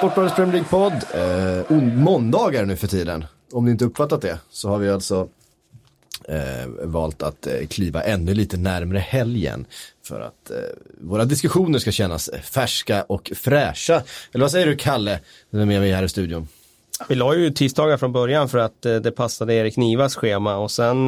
Sportbladets Premier League-podd. Måndagar nu för tiden. Om ni inte uppfattat det så har vi alltså valt att kliva ännu lite närmare helgen för att våra diskussioner ska kännas färska och fräscha. Eller vad säger du, Kalle, när du är med mig här i studion? Vi la ju tisdagar från början för att det passade Erik Nivas schema och sen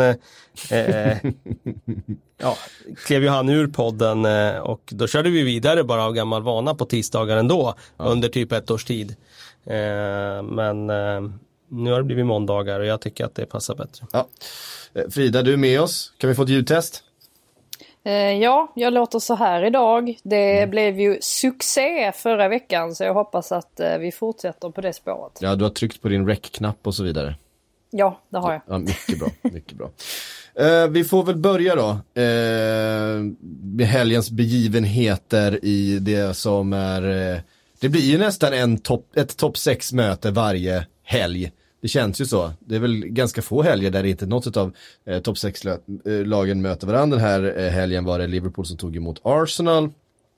klev ju han ur podden och då körde vi vidare bara av gammal vana på tisdagar ändå under typ ett års tid. Men nu har det blivit måndagar och jag tycker att det passar bättre. Ja. Frida, du är med oss. Kan vi få ett ljudtest? Ja, jag låter så här idag. Det blev ju succé förra veckan så jag hoppas att vi fortsätter på det spåret. Ja, du har tryckt på din rec-knapp och så vidare. Ja, det har jag. Ja, mycket bra, mycket bra. Vi får väl börja då med helgens begivenheter i det som är... det blir ju nästan ett topp 6 möte varje helg. Det känns ju så. Det är väl ganska få helger där inte något av topp 6-lagen möter varandra. Den här helgen var det Liverpool som tog emot Arsenal.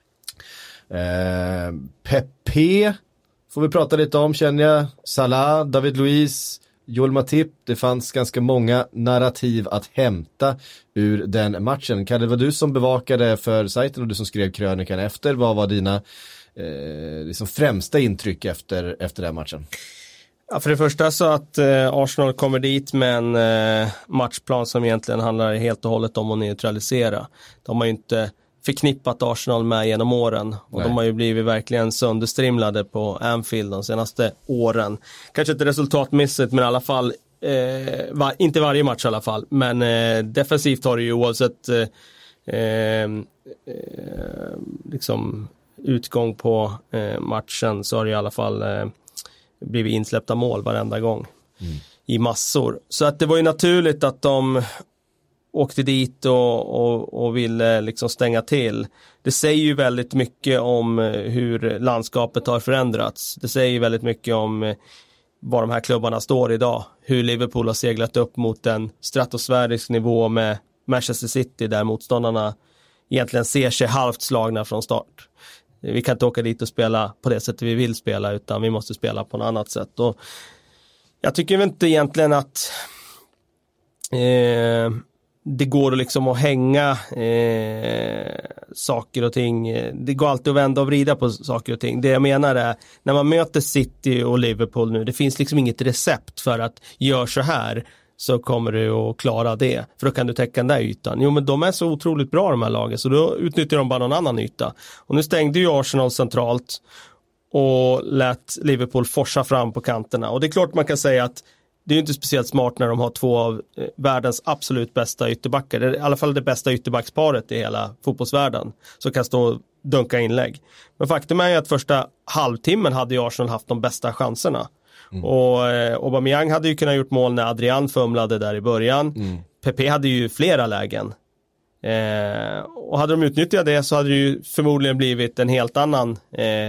Pepe får vi prata lite om, känner jag. Salah, David Luiz, Joel Matip. Det fanns ganska många narrativ att hämta ur den matchen. Kalle, det var du som bevakade för sajten och du som skrev krönikan efter. Vad var dina liksom främsta intryck efter den matchen? Ja, för det första så att Arsenal kommer dit med en matchplan som egentligen handlar helt och hållet om att neutralisera. De har ju inte förknippat Arsenal med genom åren och de har ju blivit verkligen sönderstrimlade på Anfield de senaste åren. Kanske inte resultatmässigt men i alla fall inte varje match i alla fall, men defensivt har det ju oavsett liksom utgång på matchen så har det i alla fall blivit insläppta mål varenda gång i massor. Så att det var ju naturligt att de åkte dit och ville liksom stänga till. Det säger ju väldigt mycket om hur landskapet har förändrats. Det säger ju väldigt mycket om var de här klubbarna står idag. Hur Liverpool har seglat upp mot en stratosfärisk nivå med Manchester City där motståndarna egentligen ser sig halvt slagna från start. Vi kan inte åka dit och spela på det sättet vi vill spela utan vi måste spela på något annat sätt. Och jag tycker inte egentligen att det går liksom att hänga saker och ting. Det går alltid att vända och vrida på saker och ting. Det jag menar är, när man möter City och Liverpool nu, det finns liksom inget recept för att gör så här så kommer du att klara det. För då kan du täcka den där ytan. Jo, men de är så otroligt bra de här lagen så då utnyttjar de bara någon annan yta. Och nu stängde ju Arsenal centralt och lät Liverpool forsa fram på kanterna. Och det är klart man kan säga att det är inte speciellt smart när de har två av världens absolut bästa ytterbackar. Det är i alla fall det bästa ytterbacksparet i hela fotbollsvärlden som kan stå och dunka inlägg. Men faktum är ju att första halvtimmen hade ju Arsenal haft de bästa chanserna. Och Aubameyang hade ju kunnat gjort mål när Adrian fumlade där i början. Pepe hade ju flera lägen. Och hade de utnyttjat det så hade det ju förmodligen blivit en helt annan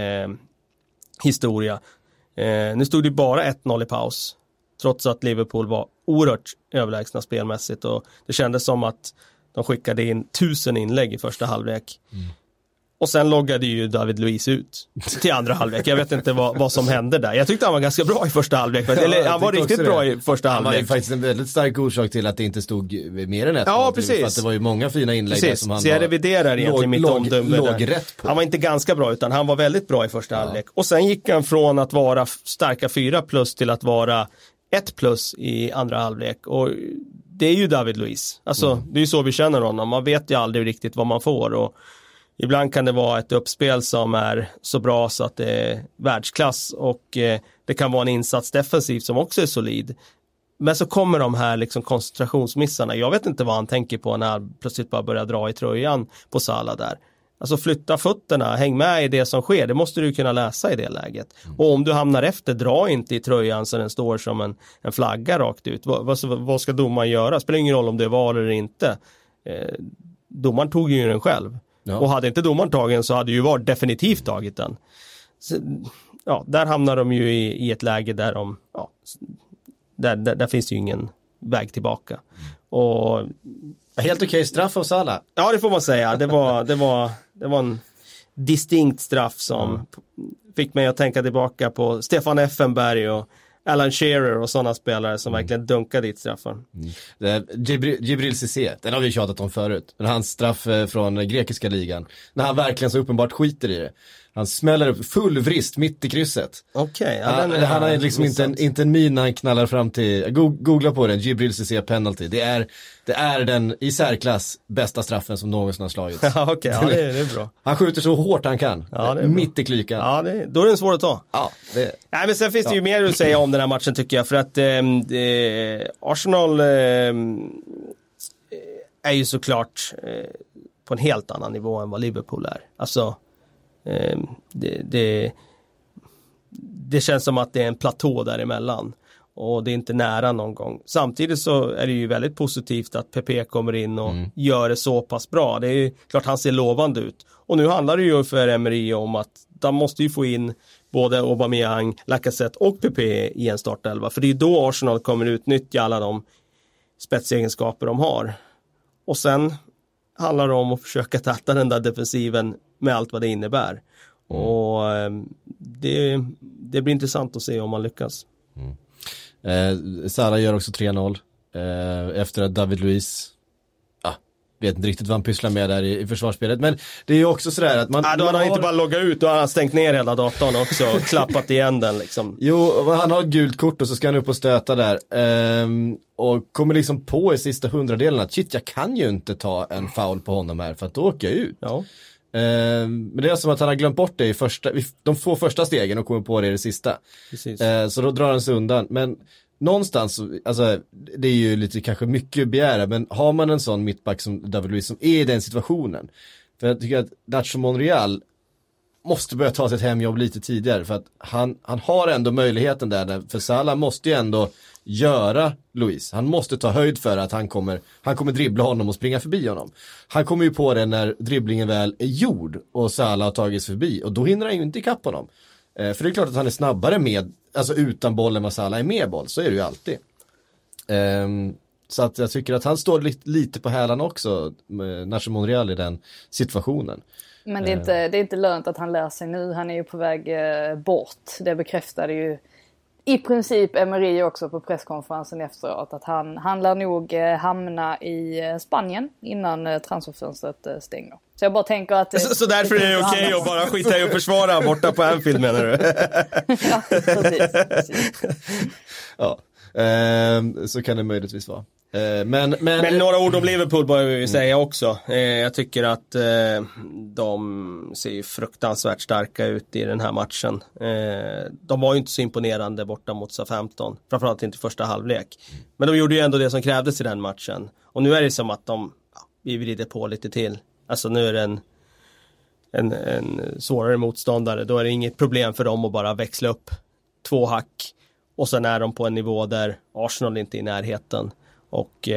historia. Nu stod det bara 1-0 i paus. Trots att Liverpool var oerhört överlägsna spelmässigt. Och det kändes som att de skickade in 1000 inlägg i första halvlek. Och sen loggade ju David Luiz ut till andra halvlek. Jag vet inte vad som hände där. Jag tyckte han var ganska bra i första halvlek. Eller han var riktigt bra i första halvlek. Han var faktiskt en väldigt stark orsak till att det inte stod mer än ett. Ja, precis. För att det var ju många fina inlägg där som han så jag reviderar egentligen mitt omdöme där. Han var inte ganska bra utan han var väldigt bra i första halvlek. Och sen gick han från att vara starka 4+ till att vara 1+ i andra halvlek. Och det är ju David Luiz. Alltså, det är ju så vi känner honom. Man vet ju aldrig riktigt vad man får och ibland kan det vara ett uppspel som är så bra så att det är världsklass och det kan vara en insats defensivt som också är solid. Men så kommer de här liksom koncentrationsmissarna. Jag vet inte vad han tänker på när han plötsligt bara börjar dra i tröjan på Salah där. Alltså flytta fötterna, häng med i det som sker. Det måste du kunna läsa i det läget. Och om du hamnar efter, dra inte i tröjan så den står som en flagga rakt ut. Vad ska domaren göra? Spelar ingen roll om det är VAR eller inte. Domaren tog ju den själv. Ja. Och hade inte domaren tagen så hade ju VAR definitivt tagit den. Så, ja, där hamnar de ju i ett läge där där finns ju ingen väg tillbaka. Och helt okej straff av Salah. Ja, det får man säga. Det var en distinkt straff som fick mig att tänka tillbaka på Stefan Effenberg och Alan Shearer och sådana spelare som verkligen dunkade dit straffen. Djibril Cissé, den har vi tjatat om förut. Men hans straff från grekiska ligan, när han verkligen så uppenbart skiter i det. Han smäller upp full vrist mitt i krysset. Okej. Han har liksom inte en min när han knallar fram till, googla på den, Djibril Cissé penalty. Det är den i särklass bästa straffen som någonsin har slagits. Ja, okej, ja, det är bra. Han skjuter så hårt han kan. Ja, mitt i klykan. Ja, då är den svår att ta. Ja, Nej, men sen finns det ju mer att säga om den här matchen tycker jag. För att Arsenal är ju såklart på en helt annan nivå än vad Liverpool är. Alltså det känns som att det är en platå däremellan och det är inte nära någon gång. Samtidigt så är det ju väldigt positivt att Pepe kommer in och gör det så pass bra. Det är ju klart han ser lovande ut. Och nu handlar det ju för Emery om att de måste ju få in både Aubameyang, Lacazette och Pepe i en startelva. För det är då Arsenal kommer utnyttja alla de spetsegenskaper de har. Och sen handlar det om att försöka tatta den där defensiven med allt vad det innebär. Och det blir intressant att se om man lyckas. Salah gör också 3-0 efter att David Luiz vet inte riktigt vad han pysslar med där i försvarsspelet, men det är ju också sådär att man... då har han inte bara loggat ut och han har stängt ner hela datorn också och klappat igen den liksom. Jo, han har ett gult kort och så ska han upp och stöta där och kommer liksom på i sista 100-delen att shit, jag kan ju inte ta en foul på honom här för att då åker jag ut. Ja. Men det är som att han har glömt bort det i de två första stegen och kommer på det i det sista. Precis. Så då drar han sig undan, men någonstans, alltså det är ju lite kanske mycket begära, men har man en sån mittback som David Luiz som är i den situationen, för jag tycker att Nacho Monreal måste börja ta sitt hemjobb lite tidigare, för att han har ändå möjligheten där, för Salah måste ju ändå göra Luiz. Han måste ta höjd för att han kommer dribbla honom och springa förbi honom. Han kommer ju på det när dribblingen väl är gjord och Salah har tagit sig förbi, och då hinner han ju inte ikapp honom. För det är klart att han är snabbare med, alltså utan bollen vad Salah är med boll, så är det ju alltid. Så att jag tycker att han står lite på hälarna också, Nacho Monreal i den situationen. Men det är inte lönt att han lär sig nu, han är ju på väg bort. Det bekräftade ju i princip Emery också på presskonferensen efteråt, att han lär nog hamna i Spanien innan transferfönstret stänger. Så jag bara tänker att... Så därför är det okej att bara skita i och försvara borta på Anfield, menar du? Ja, precis. Ja, så kan det möjligtvis vara. Men några ord om Liverpool bör vi säga också. Jag tycker att de ser fruktansvärt starka ut i den här matchen. De var ju inte så imponerande borta mot Southampton, framförallt inte första halvlek. Men de gjorde ju ändå det som krävdes i den matchen. Och nu är det som att vi vrider på lite till. Alltså nu är det en svårare motståndare. Då är det inget problem för dem att bara växla upp 2 hack. Och sen är de på en nivå där Arsenal inte är i närheten. Och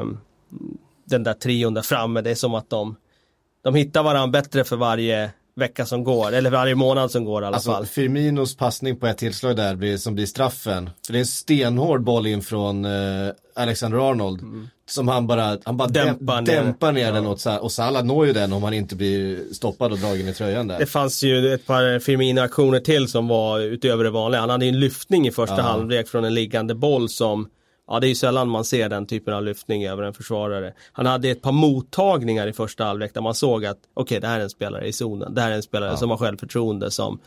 den där trion där framme, det är som att de hittar varandra bättre för varje vecka som går, eller varje månad som går i alla fall. Firminos passning på ett tillslag där som blir straffen. För det är en stenhård boll in från Alexander-Arnold som han bara dämpar ner den åt, och Salah når ju den om han inte blir stoppad och dragen i tröjan där. Det fanns ju ett par Firmino-aktioner till som var utöver det vanliga. Han hade ju en lyftning i första halvlek från en liggande boll som... Ja, det är ju sällan man ser den typen av lyftning över en försvarare. Han hade ett par mottagningar i första halvlek där man såg att okej, det här är en spelare i zonen. Det här är en spelare som har självförtroende, som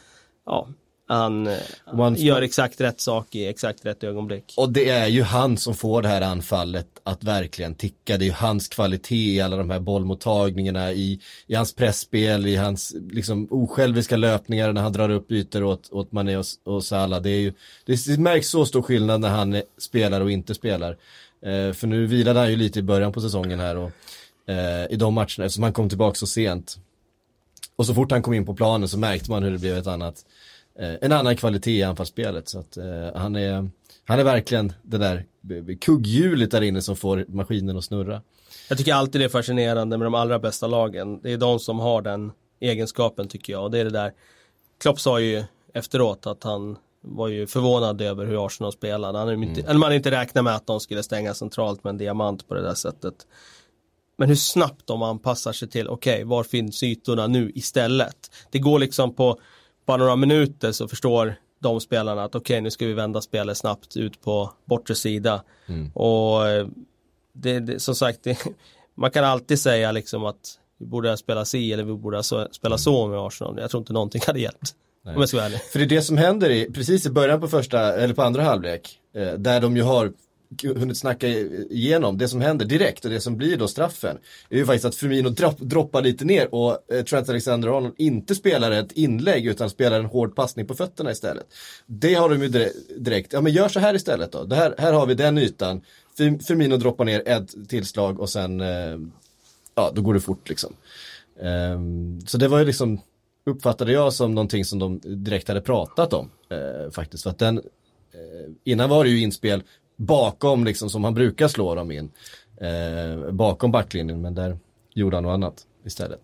han gör exakt rätt sak i exakt rätt ögonblick. Och det är ju han som får det här anfallet att verkligen ticka. Det är ju hans kvalitet i alla de här bollmottagningarna, i hans pressspel, i hans liksom osjälviska löpningar när han drar upp ytor åt Mané och Salah. Det märks så stor skillnad när han spelar och inte spelar. För nu vilade han ju lite i början på säsongen här och i de matcherna, eftersom han kom tillbaka så sent. Och så fort han kom in på planen så märkte man hur det blev en annan kvalitet i anfallsspelet. Så att han är verkligen det där kugghjulet där inne som får maskinen att snurra. Jag tycker alltid det är fascinerande med de allra bästa lagen. Det är de som har den egenskapen, tycker jag. Och det är det där. Klopp sa ju efteråt att han var ju förvånad över hur Arsenal spelade. Man inte räknat med att de skulle stänga centralt med en diamant på det där sättet. Men hur snabbt de anpassar sig till, okej, var finns ytorna nu istället? Det går liksom på bara några minuter så förstår de spelarna att okej, nu ska vi vända spelet snabbt ut på bortre sida. Och det som sagt, man kan alltid säga liksom att vi borde spela si eller vi borde spela så med Arsenal. Jag tror inte någonting hade hjälpt. Om jag ska vara ärlig. För det är det som händer precis i början på andra halvlek, där de ju har hunnit snacka igenom det som händer direkt, och det som blir då straffen är ju faktiskt att Firmino droppar lite ner och Trent Alexander-Arnold inte spelar ett inlägg utan spelar en hård passning på fötterna istället. Det har de ju direkt, ja men gör så här istället då, här har vi den ytan, Firmino droppar ner ett tillslag och sen då går det fort liksom. Så det var ju liksom, uppfattade jag som någonting som de direkt hade pratat om faktiskt, för att den innan var det ju inspel bakom liksom, som han brukar slå dem in bakom backlinjen, men där gjorde han något annat istället.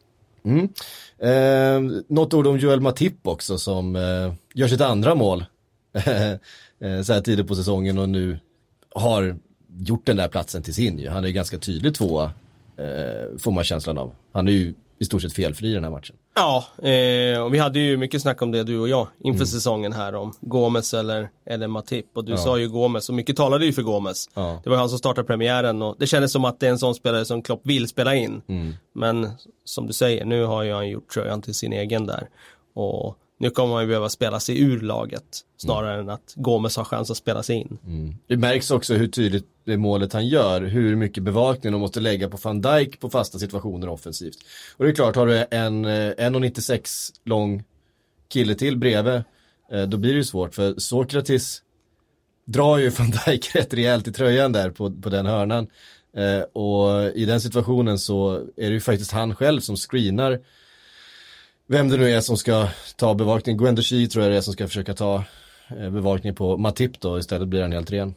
Något ord om Joel Matip också, som gör sitt andra mål så här tidigt på säsongen och nu har gjort den där platsen till sin. Han är ju ganska tydlig tvåa, får man känslan av. Han är ju i stort sett felfri i den här matchen. Ja, och vi hade ju mycket snack om det, du och jag, inför säsongen här, om Gomes eller Matip. Och du sa ju Gomes, och mycket talade ju för Gomes. Ja. Det var han som startade premiären, och det kändes som att det är en sån spelare som Klopp vill spela in. Men som du säger, nu har ju han gjort tröjan till sin egen där. Och nu kommer man ju behöva spela sig ur laget snarare än att Gomes har chans att spela sig in. Det märks också hur tydligt det målet han gör, hur mycket bevakning de måste lägga på Van Dijk på fasta situationer offensivt. Och det är klart, har du en 1,96 lång kille till bredvid, då blir det ju svårt, för Sokratis drar ju Van Dijk rätt rejält i tröjan där på den hörnan. Och i den situationen så är det ju faktiskt han själv som screenar vem det nu är som ska ta bevakning. Guendouzi tror jag det är som ska försöka ta bevakning på Matip då. Istället blir han helt ren.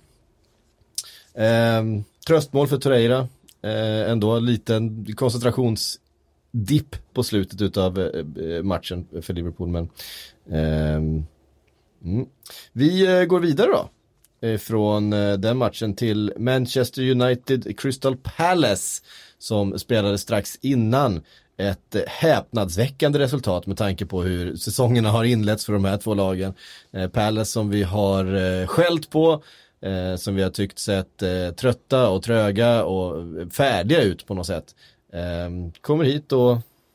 Tröstmål för Torreira. Ändå en liten koncentrationsdipp på slutet utav matchen för Liverpool. Men vi går vidare då. Från den matchen till Manchester United Crystal Palace, som spelade strax innan. Ett häpnadsväckande resultat med tanke på hur säsongerna har inletts för de här två lagen. Palace som vi har skällt på, som vi har tyckt sett trötta och tröga och färdiga ut på något sätt. Kommer hit och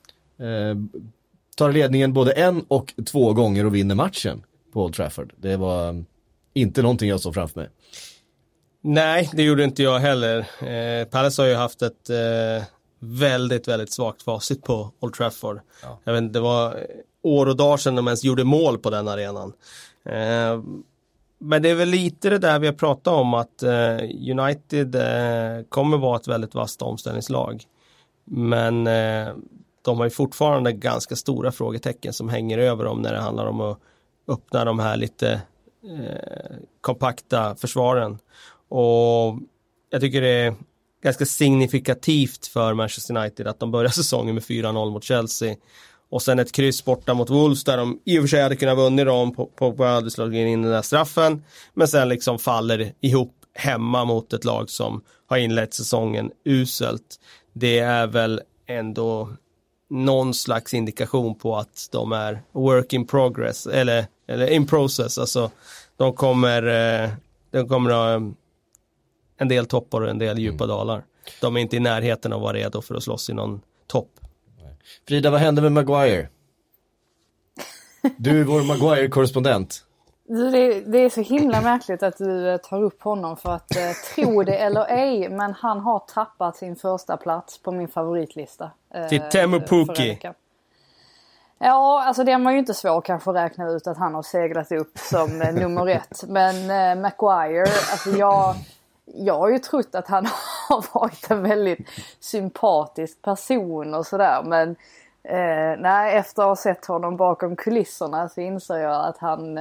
tar ledningen både 1 och 2 gånger och vinner matchen på Old Trafford. Det var inte någonting jag såg framför mig. Nej, det gjorde inte jag heller. Palace har ju haft ett väldigt, väldigt svagt facit på Old Trafford. Ja. Jag vet inte, det var år och dagar sedan de ens gjorde mål på den arenan. Men det är väl lite det där vi har pratat om, att United kommer vara ett väldigt vasst omställningslag. Men de har ju fortfarande ganska stora frågetecken som hänger över dem när det handlar om att öppna de här lite kompakta försvaren. Och jag tycker det är ganska signifikativt för Manchester United att de börjar säsongen med 4-0 mot Chelsea. Och sen ett kryss borta mot Wolves där de i och för sig hade kunnat vinna dem på hade slagit in den där straffen. Men sen liksom faller ihop hemma mot ett lag som har inlett säsongen uselt. Det är väl ändå någon slags indikation på att de är work in progress eller in process. Alltså de kommer ha en del toppar och en del djupa dalar. De är inte i närheten av att vara redo för att slåss i någon topp. Frida, vad hände med Maguire? Du är vår Maguire-korrespondent. Det är så himla märkligt att du tar upp honom, för att tro det eller ej, men han har tappat sin första plats på min favoritlista. Till Teemu Pukki. Ja, alltså det var ju inte svårt kanske att räkna ut att han har seglat upp som nummer 1. Men Maguire, alltså jag har ju trott att han har varit en väldigt sympatisk person och sådär. Men nej, efter att ha sett honom bakom kulisserna så inser jag att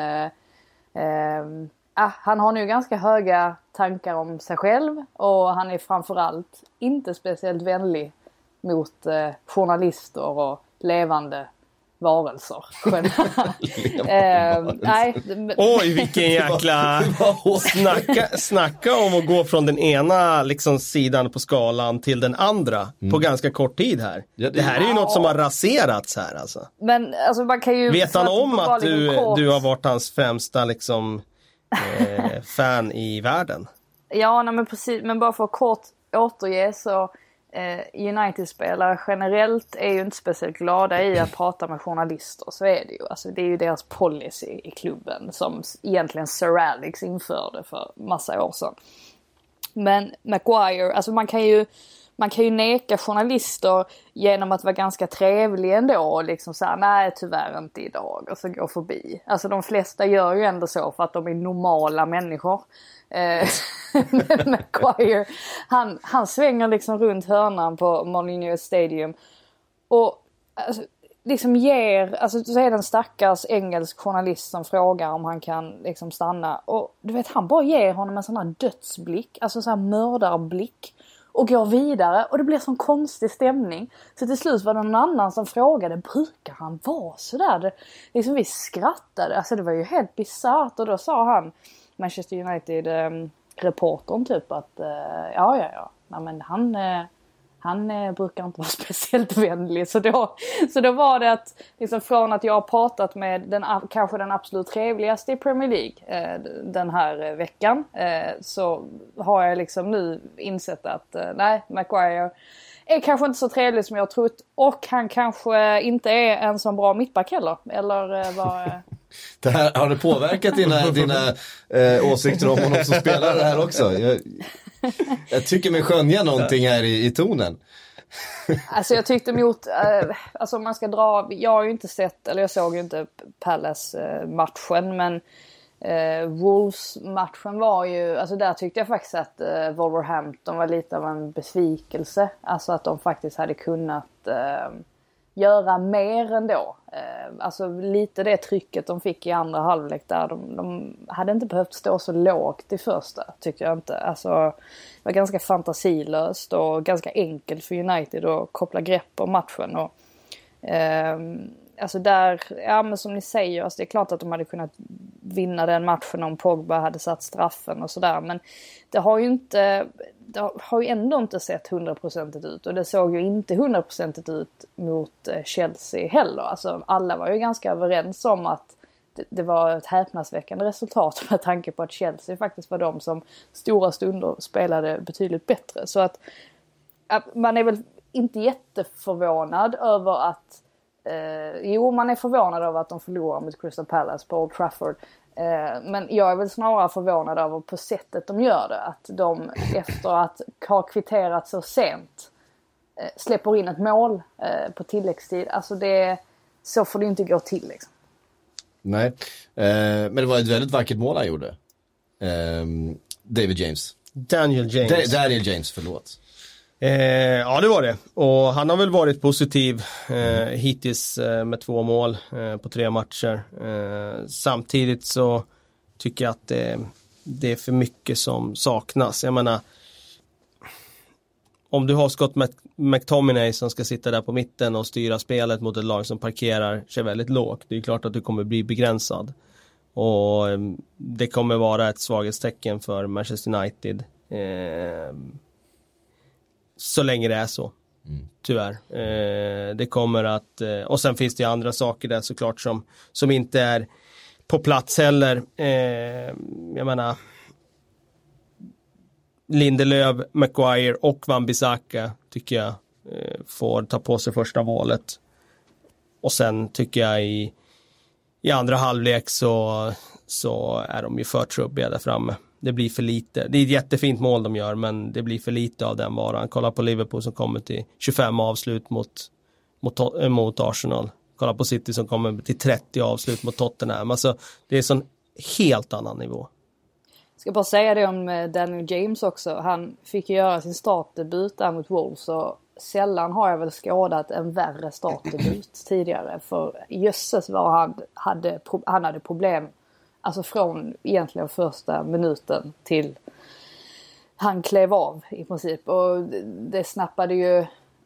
han har nu ganska höga tankar om sig själv. Och han är framförallt inte speciellt vänlig mot journalister och levande varelser. Oj, vilken jäkla snacka om att gå från den ena liksom sidan på skalan till den andra på ganska kort tid här. Det här är ju något som har raserats här alltså. Men alltså man kan ju... Vet han om att du har varit hans främsta liksom fan i världen? Ja, nej, men precis. Men bara för att kort återge så United-spelare generellt är ju inte speciellt glada i att prata med journalister, så är det ju. Alltså, det är ju deras policy i klubben som egentligen Sir Alex införde för massa år sedan. Men Maguire, alltså man kan ju neka journalister genom att vara ganska trevlig ändå och liksom säga nej tyvärr inte idag och så gå förbi. Alltså de flesta gör ju ändå så för att de är normala människor. Maguire, han svänger liksom runt hörnan på Molineux Stadium och alltså, liksom så är det en stackars engelsk journalist som frågar om han kan liksom stanna och du vet han bara ger honom en sån här dödsblick, alltså så här mördarblick och går vidare och det blir sån konstig stämning så till slut var det någon annan som frågade, brukar han vara sådär? Liksom vi skrattade, alltså det var ju helt bisarrt och då sa han Manchester United-reportern typ att ja. Nej, men han brukar inte vara speciellt vänlig. Så då var det att liksom från att jag har pratat med kanske den absolut trevligaste i Premier League den här veckan så har jag liksom nu insett att nej, Maguire är kanske inte så trevlig som jag har trott och han kanske inte är en så bra mittback heller. Eller vad... Det här, har det påverkat dina åsikter om honom som spelar det här också? Jag tycker mig skönja någonting här i tonen. Alltså jag tyckte alltså man ska dra, jag har ju inte sett, eller jag såg ju inte Palace-matchen, men Wolves-matchen var ju, alltså där tyckte jag faktiskt att Wolverhampton var lite av en besvikelse. Alltså att de faktiskt hade kunnat göra mer ändå. Alltså lite det trycket de fick i andra halvlek där. De hade inte behövt stå så lågt i första, tycker jag inte. Alltså det var ganska fantasilöst och ganska enkelt för United att koppla grepp om matchen. Och, alltså där, ja men som ni säger, alltså det är klart att de hade kunnat vinna den matchen om Pogba hade satt straffen och sådär. Men det har ju ändå inte sett 100% ut och det såg ju inte 100% ut mot Chelsea heller. Alltså alla var ju ganska överens om att det var ett häpnadsväckande resultat med tanke på att Chelsea faktiskt var de som stora stunder spelade betydligt bättre. Så att man är väl inte jätteförvånad över att man är förvånad över att de förlorar mot Crystal Palace på Old Trafford. Men jag är väl snarare förvånad över på sättet de gör det. Att de efter att ha kvitterat så sent släpper in ett mål på tilläggstid. Alltså så får det inte gå till liksom. Nej, men det var ett väldigt vackert mål han gjorde. Daniel James, förlåt. Ja, det var det. Och han har väl varit positiv hittills med 2 mål på 3 matcher. Samtidigt så tycker jag att det är för mycket som saknas. Jag menar, om du har Scott McTominay som ska sitta där på mitten och styra spelet mot ett lag som parkerar sig väldigt lågt, det är klart att du kommer bli begränsad. Och det kommer vara ett svaghetstecken för Manchester United. Så länge det är så. Tyvärr. Det kommer att... och sen finns det andra saker där såklart som inte är på plats heller. Jag menar... Lindelöf, Maguire och Wan-Bissaka tycker jag får ta på sig första målet. Och sen tycker jag i andra halvlek så är de ju för trubbiga där framme. Det blir för lite. Det är ett jättefint mål de gör, men det blir för lite av den varan. Kolla på Liverpool som kommer till 25 avslut mot Arsenal. Kolla på City som kommer till 30 avslut mot Tottenham. Alltså, det är en sån helt annan nivå. Jag ska bara säga det om Daniel James också. Han fick göra sin startdebut där mot Wolves och sällan har jag väl skådat en värre startdebut tidigare. För jösses var han hade problem. Alltså från egentligen första minuten till han klev av i princip. Och det snappade ju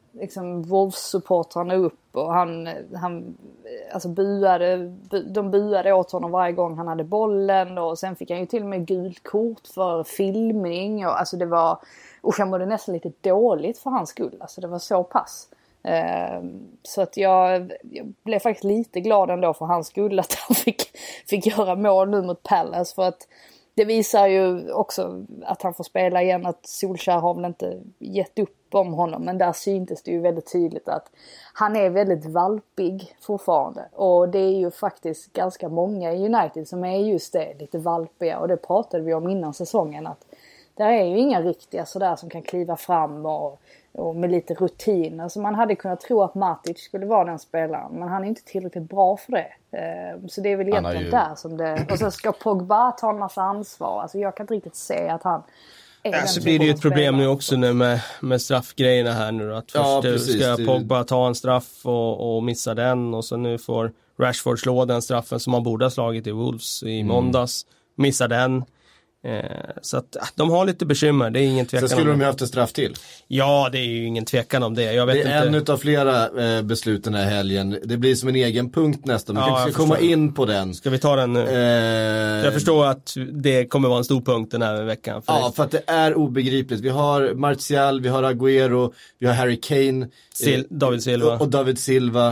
liksom Wolves-supportrarna upp och han alltså de buade åt honom varje gång han hade bollen, och sen fick han ju till och med gult kort för filmning, och alltså det var, och jag mådde nästan lite dåligt för hans skull, alltså det var så pass. Så att jag blev faktiskt lite glad ändå för hans skull att han fick göra mål nu mot Palace, för att det visar ju också att han får spela igen, att Solskjær har väl inte gett upp om honom, men där syntes det ju väldigt tydligt att han är väldigt valpig fortfarande, och det är ju faktiskt ganska många i United som är just det, lite valpiga, och det pratade vi om innan säsongen, att det är ju inga riktiga sådär som kan kliva fram och med lite rutin. Alltså man hade kunnat tro att Matic skulle vara den spelaren, men han är inte tillräckligt bra för det. Så det är väl egentligen där som det... Och så ska Pogba ta en massa ansvar. Alltså jag kan inte riktigt se att han är den så blir det ju ett problem nu också nu med straffgrejerna här nu. Att först ska Pogba ta en straff och missa den, och så nu får Rashford slå den straffen som han borde ha slagit i Wolves i måndags. Missa den. Så att de har lite bekymmer, det är ingen tvekan. Så skulle de ju haft en straff till. Ja, det är ju ingen tvekan om det. Jag vet det är inte. En utav flera beslut den här helgen. Det blir som en egen punkt nästan. Vi kanske ska komma in på den. Ska vi ta den nu? Jag förstår att det kommer vara en stor punkt den här veckan. För att det är obegripligt. Vi har Martial, vi har Agüero, vi har Harry Kane, David Silva och David Silva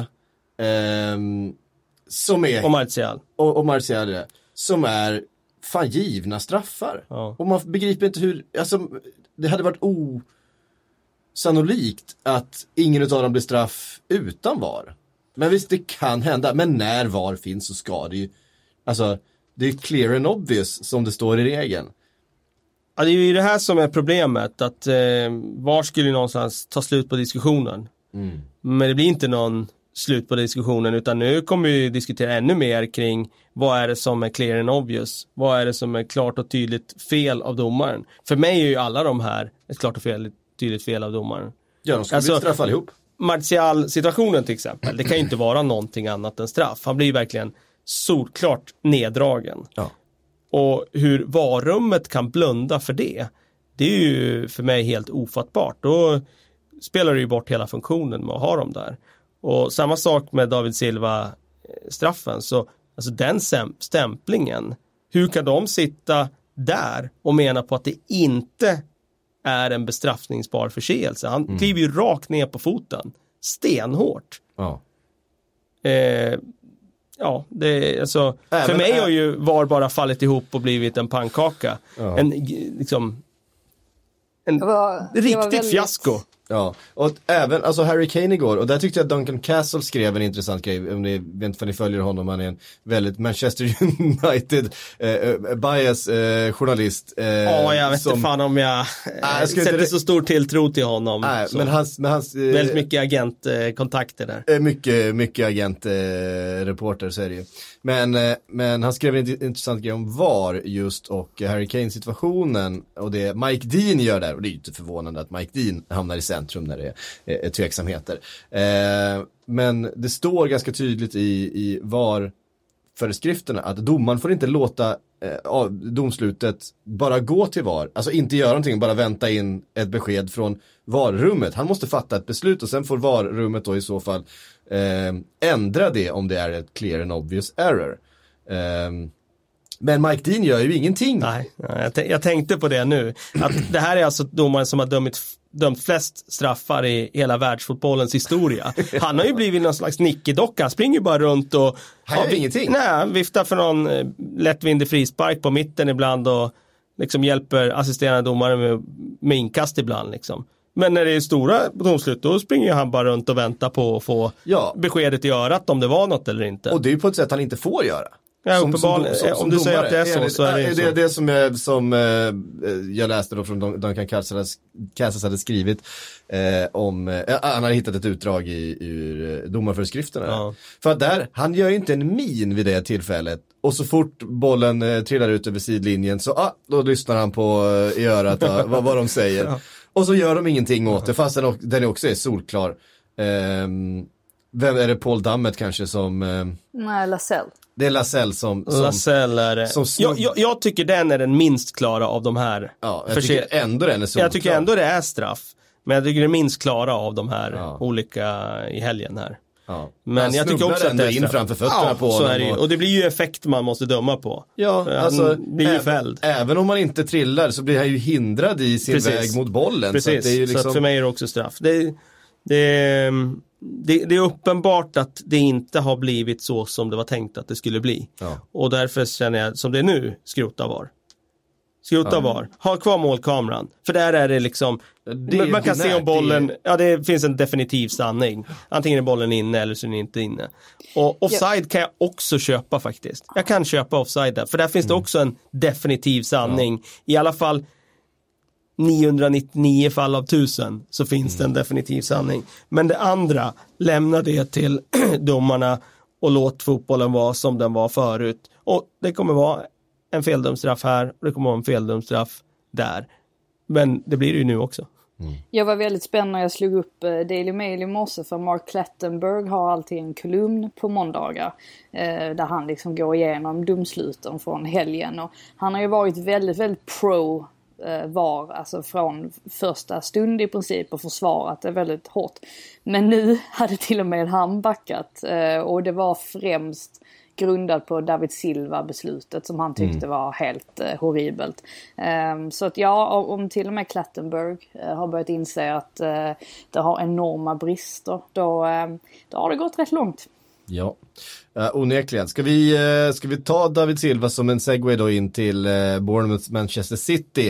som är och Martial. Och Martial, ja, som är fan givna straffar. Ja. Och man begriper inte hur, alltså det hade varit osannolikt att ingen av dem blir straff utan VAR. Men visst, det kan hända. Men när VAR finns så ska det ju, alltså det är clear and obvious som det står i regeln. Ja, det är ju det här som är problemet, att VAR skulle någonstans ta slut på diskussionen. Men det blir inte någon slut på diskussionen, utan nu kommer vi diskutera ännu mer kring vad är det som är clear and obvious, vad är det som är klart och tydligt fel av domaren. För mig är ju alla de här ett klart och tydligt fel av domaren. Ja, de ska bli straff allihop. Martial-situationen till exempel, det kan ju inte vara någonting annat än straff. Han blir verkligen solklart neddragen. Ja. Och hur varummet kan blunda för det är ju för mig helt ofattbart. Då spelar det ju bort hela funktionen med att ha dem där. Och samma sak med David Silva straffen, så alltså den stämplingen, hur kan de sitta där och mena på att det inte är en bestraffningsbar förseelse? Han kliver ju rakt ner på foten, stenhårt. Ja. Det alltså för mig har ju VAR bara fallit ihop och blivit en pannkaka. Ja. En riktigt fiasko. Ja, och även alltså Harry Kane igår, och där tyckte jag att Duncan Castle skrev en intressant grej, om ni vet inte för ni följer honom, han är en väldigt Manchester United bias journalist. Jag vet inte fan om jag sätter så stor tilltro till honom. Men hans väldigt mycket agentkontakter där. Mycket agentreporter så är det ju. Men han skrev en intressant grej om VAR just och Harry Kane-situationen och det Mike Dean gör där, och det är ju inte förvånande att Mike Dean hamnar i centrum när det är tveksamheter. Men det står ganska tydligt i VAR-föreskrifterna att domaren får inte låta domslutet bara gå till VAR. Alltså inte göra någonting, bara vänta in ett besked från VAR-rummet. Han måste fatta ett beslut och sen får VAR-rummet då i så fall ändra det om det är ett clear and obvious error. Men Mike Dean gör ju ingenting. Nej, jag tänkte på det nu. Att det här är alltså domaren som har dömt flest straffar i hela världsfotbollens historia. Han har ju blivit någon slags nickedocka. Han springer bara runt och... Han gör ingenting. Nej, han viftar för någon lättvindig frispark på mitten ibland och liksom hjälper assisterande domare med inkast ibland liksom. Men när det är stora domslut, då springer han bara runt och väntar på att få beskedet i örat om det var något eller inte. Och det är ju på ett sätt han inte får göra. Ja, om du säger att det är så är det så. Det som jag läste då från Duncan Casas hade skrivit om, han hade hittat ett utdrag ur domarföreskrifterna. Ja. För att där, han gör ju inte en min vid det tillfället. Och så fort bollen trillar ut över sidlinjen så då lyssnar han på i örat vad de säger. Ja. Och så gör de ingenting åt det, fast den också är solklar. Vem är det? Paul Dammet kanske som... Nej, Lascelles. Det är Lascelles som Lascelles är det. Jag tycker den är den minst klara av de här. Ja, jag tycker ändå den är solklar. Jag tycker ändå det är straff. Men jag tycker det är minst klara av de här olika i helgen här. Ja. Men jag tycker också att det är in framför fötterna på så är det ju. Och det blir ju effekt man måste döma på. Ja, alltså blir ju fälld. Även om man inte trillar så blir han ju hindrad i sin väg mot bollen. Precis, så, det är ju liksom... så för mig är det också straff. Det är uppenbart att det inte har blivit så som det var tänkt att det skulle bli. Ja. Och därför känner jag, som det är nu, skrota VAR. Ha kvar målkameran. För där är det liksom, man kan se om bollen, det finns en definitiv sanning. Antingen är bollen inne eller så är den inte inne. Och offside kan jag också köpa faktiskt. Jag kan köpa offside där, för där finns det också en definitiv sanning. I alla fall 999 fall av 1000 så finns det en definitiv sanning. Men det andra, lämna det till domarna och låt fotbollen vara som den var förut. Och det kommer vara en feldömstraff här och det kommer vara en feldömstraff där. Men det blir det ju nu också. Jag var väldigt spänd när jag slog upp Daily Mail i morse, för Mark Clattenburg har alltid en kolumn på måndagar där han liksom går igenom domsluten från helgen, och han har ju varit väldigt, väldigt pro VAR, alltså från första stund i princip, och försvarat det väldigt hårt. Men nu hade till och med han backat, och det var främst grundad på David Silva-beslutet som han tyckte var helt horribelt. Så att om till och med Clattenburg har börjat inse att det har enorma brister, då har det gått rätt långt. Ja, onekligen. Ska vi ta David Silva som en segway då in till Bournemouth Manchester City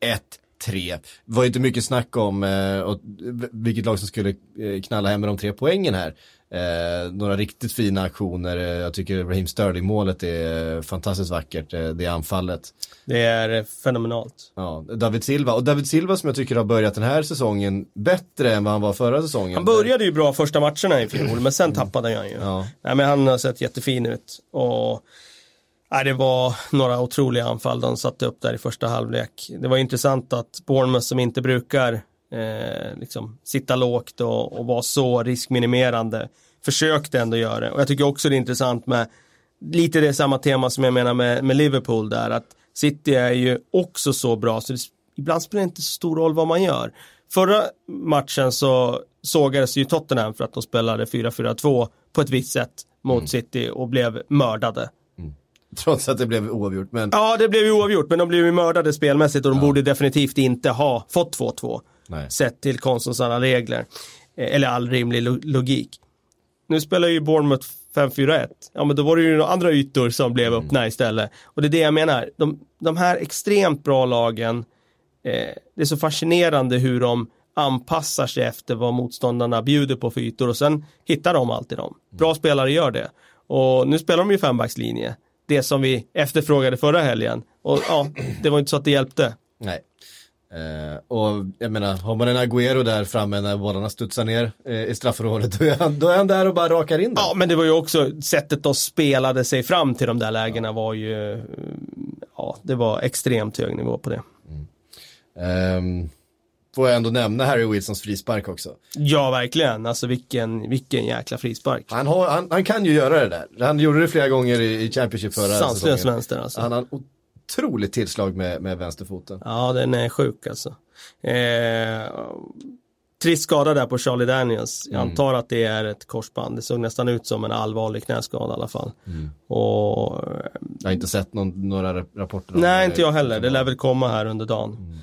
1-3. Det var inte mycket snack om vilket lag som skulle knalla hem med de 3 poängen här. Några riktigt fina aktioner. Jag tycker Raheem Sterling-målet är fantastiskt vackert, det anfallet. Det är fenomenalt. Ja, David Silva som jag tycker har börjat den här säsongen bättre än vad han var förra säsongen. Han började ju bra första matcherna i fjol, men sen tappade han ju. Ja. Nej, men han har sett jättefin ut. Och det var några otroliga anfall de satte upp där i första halvlek. Det var intressant att Bournemouth, som inte brukar liksom sitta lågt och vara så riskminimerande, försökte ändå göra det. Och jag tycker också det är intressant med lite det samma tema som jag menar med Liverpool där, att City är ju också så bra så ibland spelar det inte så stor roll vad man gör. Förra matchen så sågades ju Tottenham för att de spelade 4-4-2 på ett visst sätt mot City och blev mördade. Trots att det blev oavgjort. Men... Ja, det blev ju oavgjort, men de blev ju mördade spelmässigt och de borde definitivt inte ha fått 2-2. Nej. Sett till konstens alla regler. Eller all rimlig logik. Nu spelar ju Bournemouth 5-4-1. Ja, men då var det ju några andra ytor som blev öppna istället. Och det är det jag menar. De här extremt bra lagen, det är så fascinerande hur de anpassar sig efter vad motståndarna bjuder på för ytor och sen hittar de alltid dem. Bra spelare gör det. Och nu spelar de ju 5-backslinje. Det som vi efterfrågade förra helgen. Och det var inte så att det hjälpte. Nej. Och jag menar, har man en Agüero där framme när bollarna studsar ner i straffområdet, då är han där och bara rakar in det. Ja, men det var ju också sättet de spelade sig fram till de där lägena var ju, det var extremt hög nivå på det. Får jag ändå nämna Harry Wilsons frispark också. Ja, verkligen. Alltså vilken jäkla frispark. Han kan ju göra det där. Han gjorde det flera gånger i Championship förra säsongen. Sanslös vänster alltså. Han har otroligt tillslag med vänsterfoten. Ja, den är sjuk alltså. Trist skada där på Charlie Daniels. Jag antar att det är ett korsband. Det såg nästan ut som en allvarlig knäskada i alla fall. Och jag har inte sett några rapporter. Nej, inte jag heller. Det lär väl komma här under dagen.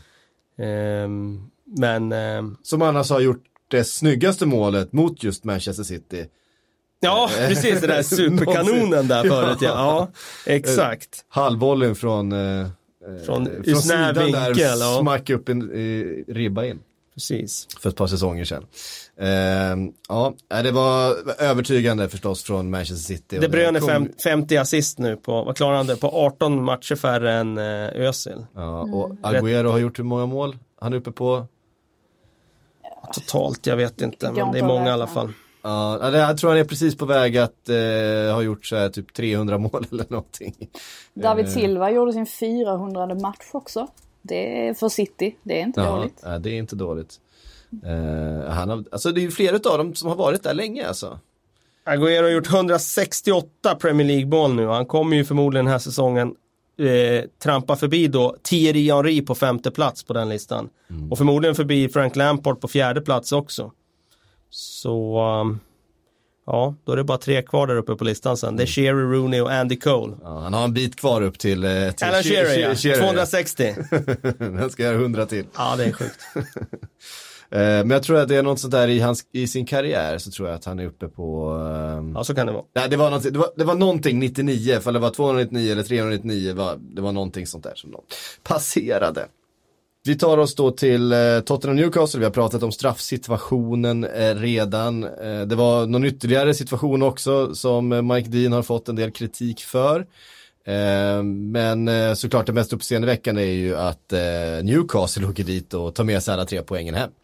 Men som annars har gjort det snyggaste målet mot just Manchester City. Ja, precis, det där superkanonen där förut. Ja, exakt. Halvbollen från sidan vinkel, där smack upp en ribba in. Precis. För ett par säsonger sedan. Det var övertygande förstås från Manchester City. Det brön 50 assist nu på, vad klarar han det, på 18 matcher färre än Özil. Ja, och Agüero har gjort hur många mål? Han är uppe på... Totalt, jag vet inte, men det är många i alla fall. Ja, jag tror han är precis på väg att ha gjort så här typ 300 mål eller någonting. David Silva gjorde sin 400 match också. Det är för City, det är inte dåligt. Ja, det är inte dåligt. Alltså det är ju flera av dem som har varit där länge alltså. Agüero har gjort 168 Premier League-mål nu. Han kommer ju förmodligen den här säsongen trampa förbi då Thierry Henry på 5:e plats på den listan. Och förmodligen förbi Frank Lampard på 4:e plats också. Så ja, då är det bara 3 kvar där uppe på listan sen. Det är Sherry, Rooney och Andy Cole. Ja, han har en bit kvar upp till Alan Shearer, 260. Den ska göra 100 till. Ja, det är sjukt. Men jag tror att det är något sånt där i sin karriär, så tror jag att han är uppe på... Ja, så kan det vara. Nej, det var någonting 99, för det var 299 eller 399, det var någonting sånt där som de passerade. Vi tar oss då till Tottenham Newcastle. Vi har pratat om straffsituationen redan. Det var någon ytterligare situation också som Mike Dean har fått en del kritik för. Men såklart det mest uppseendeväckande är ju att Newcastle åker dit och tar med sig alla 3 poängen hem.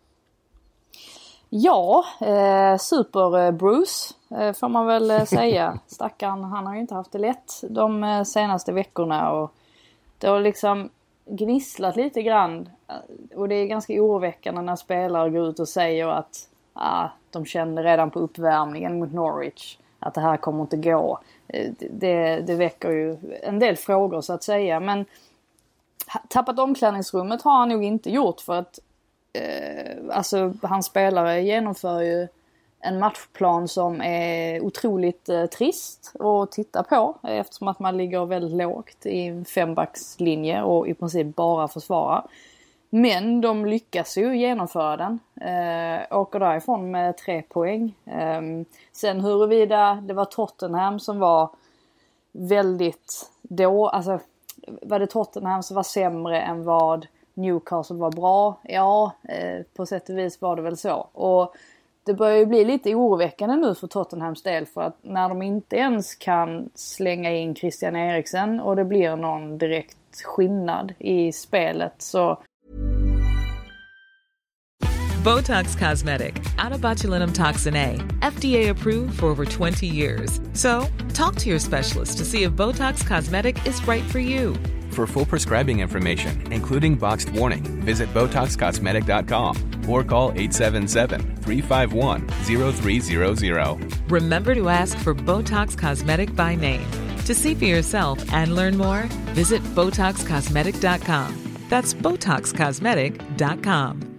Ja, super Bruce får man väl säga. Stackarn, han har ju inte haft det lätt de senaste veckorna, och det har liksom gnisslat lite grann, och det är ganska oroväckande när spelare går ut och säger att de kände redan på uppvärmningen mot Norwich att det här kommer inte gå. Det väcker ju en del frågor så att säga, men tappat omklädningsrummet har han nog inte gjort, för att alltså hans spelare genomför ju en matchplan som är otroligt trist att titta på, eftersom att man ligger väldigt lågt i en 5-backslinje och i princip bara försvarar. Men de lyckas ju genomföra den. Åker därifrån med 3 poäng. Sen huruvida det var Tottenham som var väldigt alltså var det Tottenham som var sämre än vad Newcastle var bra? Ja, på sätt och vis var det väl så. Och det börjar ju bli lite oroväckande nu för Tottenhams del, för att när de inte ens kan slänga in Christian Eriksen och det blir någon direkt skillnad i spelet, så... Botox Cosmetic, out of botulinum toxin A, FDA approved for over 20 years. So, talk to your specialist to see if Botox Cosmetic is right for you. For full prescribing information, including boxed warning, visit BotoxCosmetic.com or call 877-351-0300. Remember to ask for Botox Cosmetic by name. To see for yourself and learn more, visit BotoxCosmetic.com. That's BotoxCosmetic.com.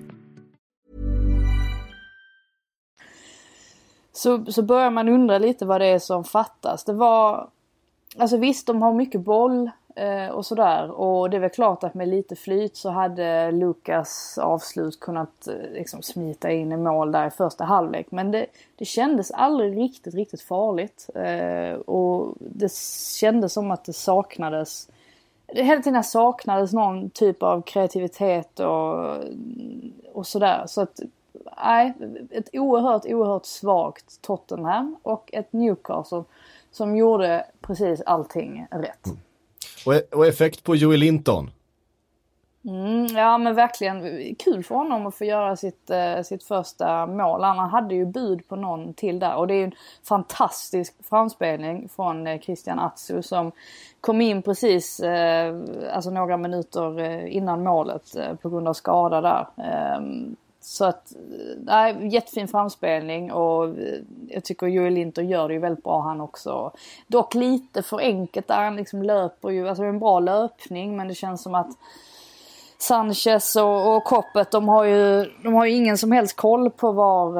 Så börjar man undra lite vad det är som fattas. Det var, alltså visst, de har mycket boll och sådär, och det är väl klart att med lite flyt så hade Lukas avslut kunnat liksom smita in i mål där i första halvlek, men det kändes aldrig riktigt farligt, och det kändes som att det hela tiden saknades någon typ av kreativitet och sådär, så att nej, ett oerhört svagt Tottenham och ett Newcastle som gjorde precis allting rätt. Och effekt på Joey Linton. Ja, men verkligen kul för honom att få göra sitt första mål. Han hade ju bud på någon till där, och det är en fantastisk framspelning från Christian Atsu som kom in precis alltså några minuter innan målet på grund av skada där. Så att, nej, jättefin framspelning, och jag tycker Joey Linton gör det ju väldigt bra han också. Dock lite för enkelt där, han liksom löper ju, alltså en bra löpning, men det känns som att Sanchez och Koppet, de har ju ingen som helst koll på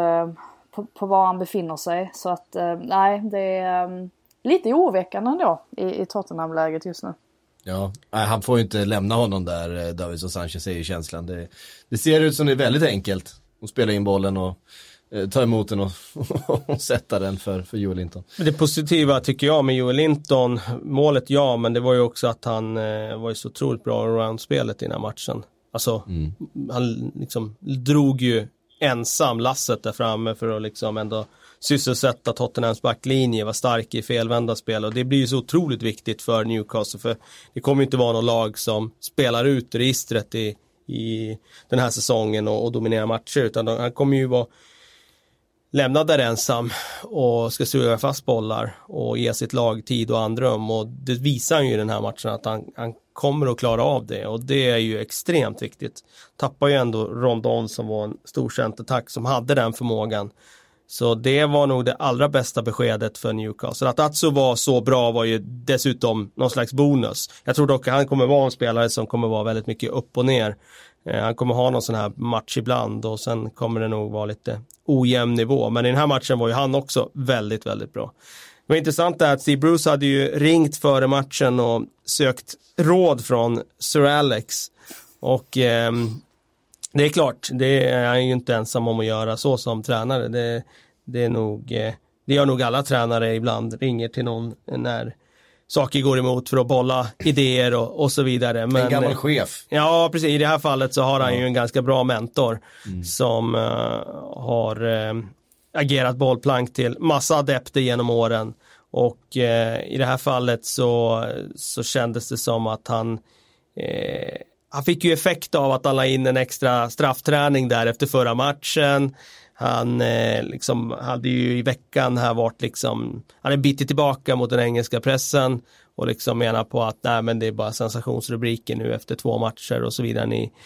var han befinner sig. Så att, nej, det är lite oroväckande ändå i Tottenham-läget just nu. Ja, han får ju inte lämna honom där, David, och Sanchez säger känslan. Det ser ut som det är väldigt enkelt att spela in bollen och ta emot den och sätta den för Joel Linton. Det positiva tycker jag med Joel Linton, målet ja, men det var ju också att han var ju så otroligt bra around spelet i den här matchen. Alltså, han liksom drog ju ensam lasset där framme för att liksom ändå sysselsätta Tottenhams backlinje, var stark i felvända spel, och det blir ju så otroligt viktigt för Newcastle, för det kommer inte vara någon lag som spelar ut registret i den här säsongen och dominerar matcher, utan han kommer ju vara lämnad där ensam och ska suga fast bollar och ge sitt lag tid och andrum, och det visar ju i den här matchen att han kommer att klara av det, och det är ju extremt viktigt. Tappar ju ändå Rondon som var en stor centertack som hade den förmågan Så det var nog det allra bästa beskedet för Newcastle. Att Atsu var så bra var ju dessutom någon slags bonus. Jag tror dock att han kommer vara en spelare som kommer vara väldigt mycket upp och ner. Han kommer ha någon sån här match ibland och sen kommer det nog vara lite ojämn nivå. Men i den här matchen var ju han också väldigt, väldigt bra. Det var intressant att Steve Bruce hade ju ringt före matchen och sökt råd från Sir Alex. Och det är klart, det är han ju inte ensam om att göra så som tränare. Det gör nog alla tränare ibland, ringer till någon när saker går emot för att bolla idéer och så vidare. Men, en gammal chef. Ja, precis. I det här fallet så har han ju en ganska bra mentor som har agerat bollplank till massa adepter genom åren. Och i det här fallet så kändes det som att han fick ju effekt av att han la in en extra straffträning där efter förra matchen. Han liksom hade ju i veckan här varit liksom, han är bitit tillbaka mot den engelska pressen och liksom menar på att nej, men det är bara sensationsrubriker nu efter 2 matcher och så vidare.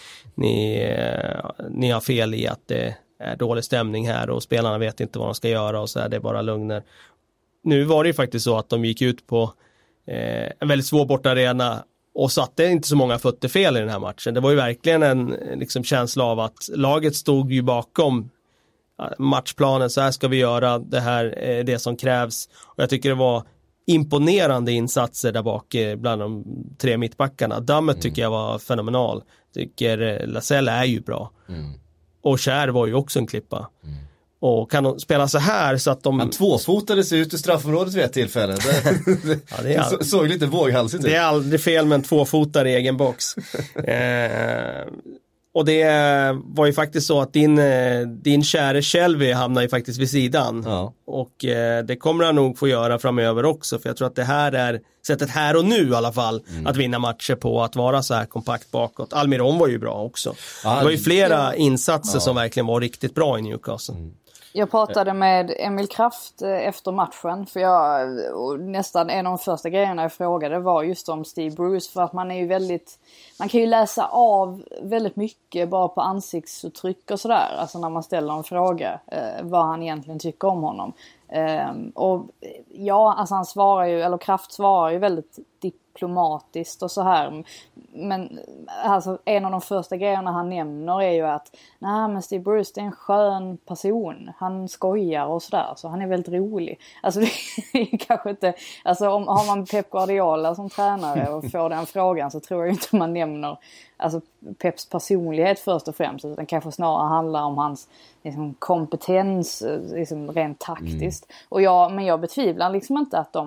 Ni har fel i att det är dålig stämning här och spelarna vet inte vad de ska göra och så här, det är bara lögner. Nu var det ju faktiskt så att de gick ut på en väldigt svår bortaarena och satte inte så många fötter fel i den här matchen. Det var ju verkligen en liksom känsla av att laget stod ju bakom matchplanen, så här ska vi göra, det här är det som krävs. Och jag tycker det var imponerande insatser där bak bland de 3 mittbackarna. Dammet tycker jag var fenomenal. Tycker Lascelles är ju bra. Och Kjär var ju också en klippa. Och kan de spela så här så att de... Han tvåfotade sig ut i straffområdet vid ett tillfälle. Det såg lite våghalsigt ut. Det är aldrig fel med en tvåfotare i egen box. Och det var ju faktiskt så att din käre Shelby hamnar ju faktiskt vid sidan. Ja. Och det kommer han nog få göra framöver också. För jag tror att det här är sättet här och nu i alla fall att vinna matcher på, att vara så här kompakt bakåt. Almiron var ju bra också. Det var ju flera insatser som verkligen var riktigt bra i Newcastle. Jag pratade med Emil Kraft efter matchen, för nästan en av de första grejerna jag frågade var just om Steve Bruce, för att man kan ju läsa av väldigt mycket bara på ansiktsuttryck och sådär, alltså när man ställer en fråga vad han egentligen tycker om honom. Och ja, alltså han svarar ju, eller Kraft svarar ju väldigt diplomatiskt och så här, men alltså en av de första grejerna han nämner är ju att nej, men Steve Bruce, det är en skön person, han skojar och sådär, så han är väldigt rolig. Alltså det är kanske inte, alltså har man Pep Guardiola som tränare och får den frågan, så tror jag inte man nämner alltså Peps personlighet först och främst, utan kanske snarare handlar om hans liksom kompetens liksom rent taktiskt. Men jag betvivlar liksom inte att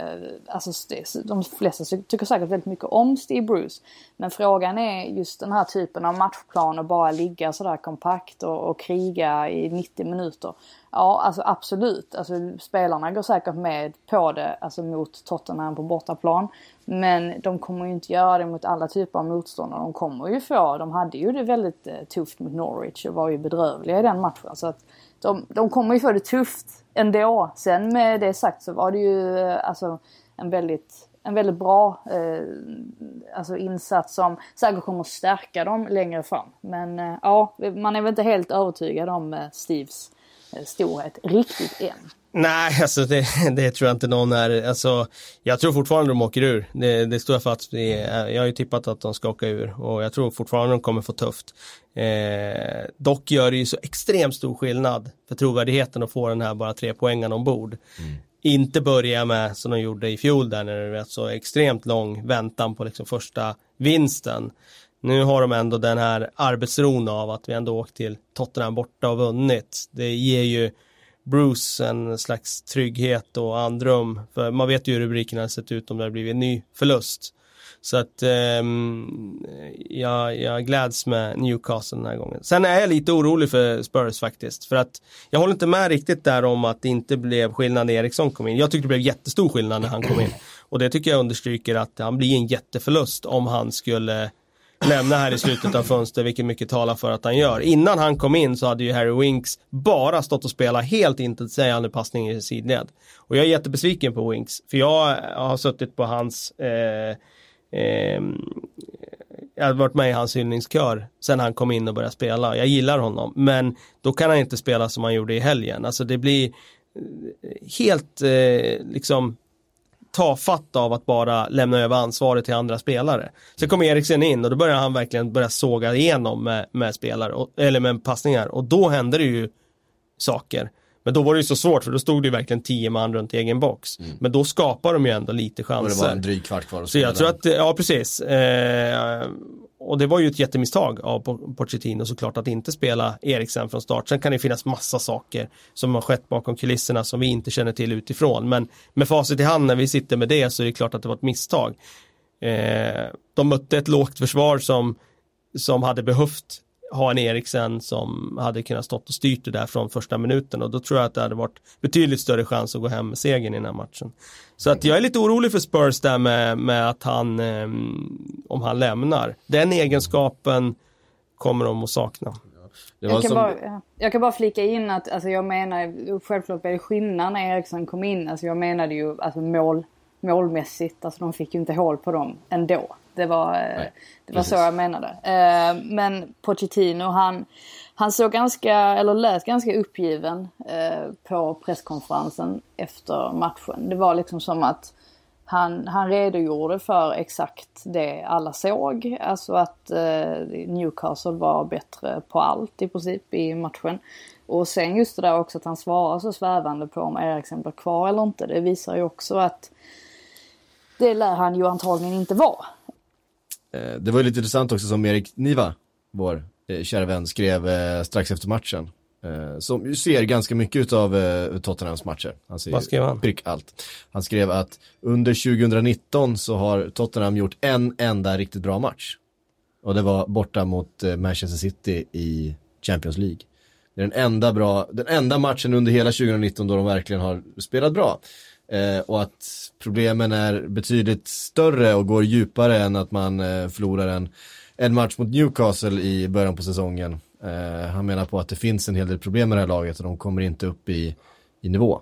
de flesta tycker säkert väldigt mycket om Steve Bruce, men frågan är just den här typen av matchplan och bara ligga sådär kompakt och kriga i 90 minuter. Ja, alltså absolut. Alltså spelarna går säkert med på det, alltså mot Tottenham på bortaplan. Men de kommer ju inte göra det mot alla typer av motståndare. De hade ju det väldigt tufft mot Norwich och var ju bedrövliga i den matchen. Så att de kommer ju få det tufft ändå. Sen med det sagt så var det ju alltså en väldigt bra alltså insats som säkert kommer att stärka dem längre fram. Men ja, man är väl inte helt övertygad om Steves storhet riktigt än. Nej, alltså det tror jag inte någon är. Alltså, jag tror fortfarande de åker ur. Det står jag för att jag har ju tippat att de ska åka ur. Och jag tror fortfarande de kommer få tufft. Dock gör det ju så extremt stor skillnad för trovärdigheten att få den här bara 3 poängen ombord. Inte börja med som de gjorde i fjol där, när det var så extremt lång väntan på liksom första vinsten. Nu har de ändå den här arbetsron av att vi ändå åkt till Tottenham borta och vunnit. Det ger ju Bruce en slags trygghet och andrum. För man vet ju hur rubrikerna har sett ut om det har blivit en ny förlust. Så att jag gläds med Newcastle den här gången. Sen är jag lite orolig för Spurs faktiskt. För att jag håller inte med riktigt där om att det inte blev skillnad när Eriksson kom in. Jag tyckte det blev jättestor skillnad när han kom in. Och det tycker jag understryker att han blir en jätteförlust om han skulle lämna här i slutet av fönstret, vilket mycket talar för att han gör. Innan han kom in så hade ju Harry Winks bara stått och spelat helt intetsägande passning i sidled. Och jag är jättebesviken på Winks, för jag har suttit på hans jag har varit med i hans hyllningskör sen han kom in och började spela. Jag gillar honom, men då kan han inte spela som han gjorde i helgen. Alltså det blir helt liksom tafatt av att bara lämna över ansvaret till andra spelare. Så kom Eriksen in och då börjar han verkligen börja såga igenom med spelare eller med passningar, och då hände det ju saker. Men då var det ju så svårt, för då stod det ju verkligen 10 man runt egen box. Men då skapar de ju ändå lite chanser. Och det var en dryg kvart kvar. Så jag tror att, ja precis. Och det var ju ett jättemisstag av Pochettino såklart att inte spela Eriksen från start. Sen kan det finnas massa saker som har skett bakom kulisserna som vi inte känner till utifrån. Men med facit i hand när vi sitter med det, så är det klart att det var ett misstag. De mötte ett lågt försvar som hade behövt ha en Eriksen som hade kunnat stått och styrt det där från första minuten, och då tror jag att det hade varit betydligt större chans att gå hem med segern i den här matchen. Så att jag är lite orolig för Spurs där med att han, om han lämnar. Den egenskapen kommer de att sakna. Jag kan bara flika in att alltså jag menar, självklart är det skillnad när Eriksen kom in. Alltså jag menade ju alltså målmässigt, alltså de fick ju inte hål på dem ändå. Det var så jag menade. Men Pochettino, han såg lät ganska uppgiven på presskonferensen efter matchen. Det var liksom som att han redogjorde för exakt det alla såg. Alltså att Newcastle var bättre på allt i princip i matchen. Och sen just det där också att han svarar så svävande på om Eriksen blir kvar eller inte. Det visar ju också att det lär han ju antagligen inte vara. Det var ju lite intressant också som Erik Niva, vår kära vän, skrev strax efter matchen. Som ju ser ganska mycket av Tottenhams matcher. Vad skrev han? Prick allt. Han skrev att under 2019 så har Tottenham gjort en enda riktigt bra match. Och det var borta mot Manchester City i Champions League. Det är den enda matchen under hela 2019 då de verkligen har spelat bra. Och att problemen är betydligt större och går djupare än att man förlorar en match mot Newcastle i början på säsongen. Han menar på att det finns en hel del problem med det här laget och de kommer inte upp i nivå.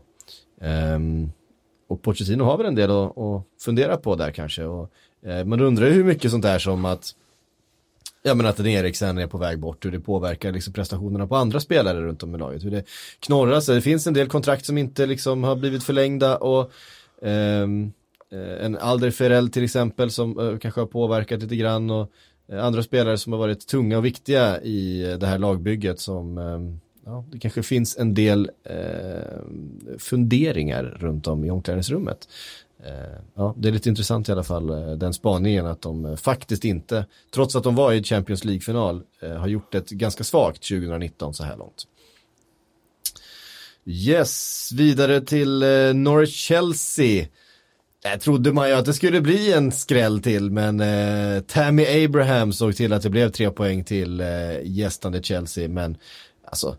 Och Pochettino har väl en del att fundera på där kanske. Och man undrar hur mycket sånt där som att att en Eriksen är på väg bort, hur det påverkar liksom prestationerna på andra spelare runt om i laget, hur det knorras. Det finns en del kontrakt som inte liksom har blivit förlängda, och en Alderweireld till exempel som kanske har påverkat lite grann, och andra spelare som har varit tunga och viktiga i det här lagbygget som det kanske finns en del funderingar runt om i omklädningsrummet. Det är lite intressant i alla fall, den spaningen att de faktiskt inte, trots att de var i Champions League-final, har gjort ett ganska svagt 2019 så här långt. Yes, vidare till Norwich-Chelsea. Jag trodde man ju att det skulle bli en skräll till, men Tammy Abraham såg till att det blev 3 poäng till gästande Chelsea, men alltså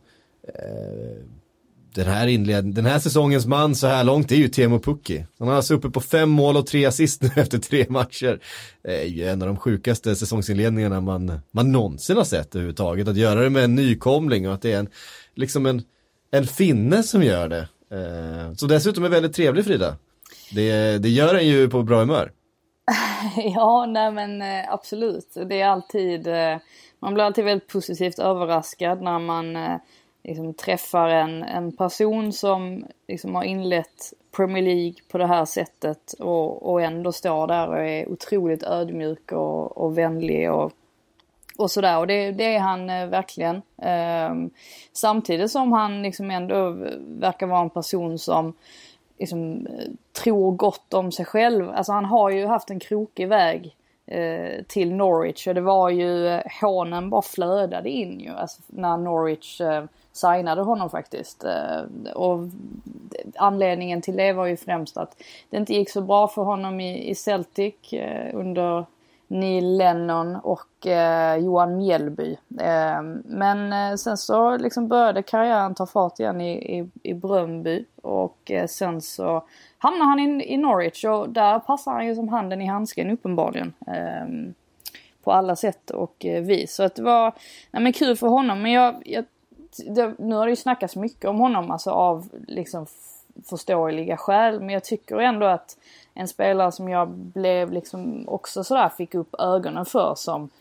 den här säsongens man så här långt är ju Teemu Pukki. Han har alltså uppe på 5 mål och 3 assist nu efter 3 matcher. Det är ju en av de sjukaste säsongsinledningarna man någonsin har sett överhuvudtaget. Att göra det med en nykomling och att det är en finne som gör det. Så dessutom är väldigt trevlig, Frida. Det gör en ju på bra humör. Ja, nej men absolut. Det är alltid, man blir alltid väldigt positivt överraskad när man liksom träffar en person som liksom har inlett Premier League på det här sättet och ändå står där och är otroligt ödmjuk och vänlig och sådär. Och det är han verkligen. Samtidigt som han liksom ändå verkar vara en person som liksom tror gott om sig själv. Alltså han har ju haft en krokig väg till Norwich, och det var ju hånen bara flödade in ju, alltså, när Norwich signade honom faktiskt. Och anledningen till det var ju främst att det inte gick så bra för honom i Celtic under Neil Lennon och Johan Mjällby. Men sen så liksom började karriären ta fart igen i Bröndby, och sen så hamnar han i Norwich, och där passar han ju som handen i handsken uppenbarligen. På alla sätt och vis. Så att det var kul för honom, men nu har det ju snackats mycket om honom, alltså av liksom förståeliga skäl, men jag tycker ändå att en spelare som jag blev liksom också sådär, fick upp ögonen för, som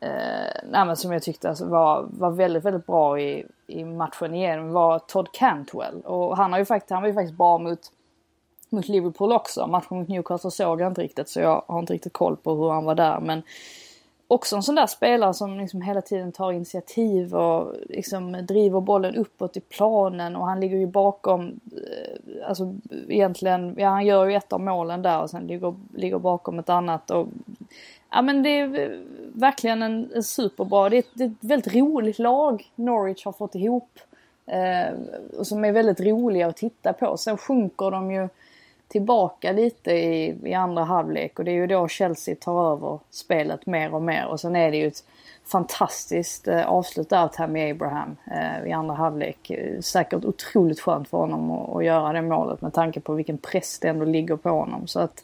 men som jag tyckte alltså var väldigt, väldigt bra i matchen igen var Todd Cantwell. Och han var ju faktiskt bra mot Liverpool också. Matchen mot Newcastle såg jag inte riktigt, så jag har inte riktigt koll på hur han var där. Men också en sån där spelare som liksom hela tiden tar initiativ och liksom driver bollen uppåt i planen, och han ligger ju bakom, alltså egentligen, han gör ju ett av målen där och sen ligger bakom ett annat. Och ja, men det är verkligen en superbra, det är ett väldigt roligt lag Norwich har fått ihop, och som är väldigt roliga att titta på. Sen sjunker de ju tillbaka lite i andra halvlek, och det är ju då Chelsea tar över spelet mer och mer, och sen är det ju ett fantastiskt avslut där av Tammy Abraham i andra halvlek. Säkert otroligt skönt för honom att göra det målet med tanke på vilken press det ändå ligger på honom. Så att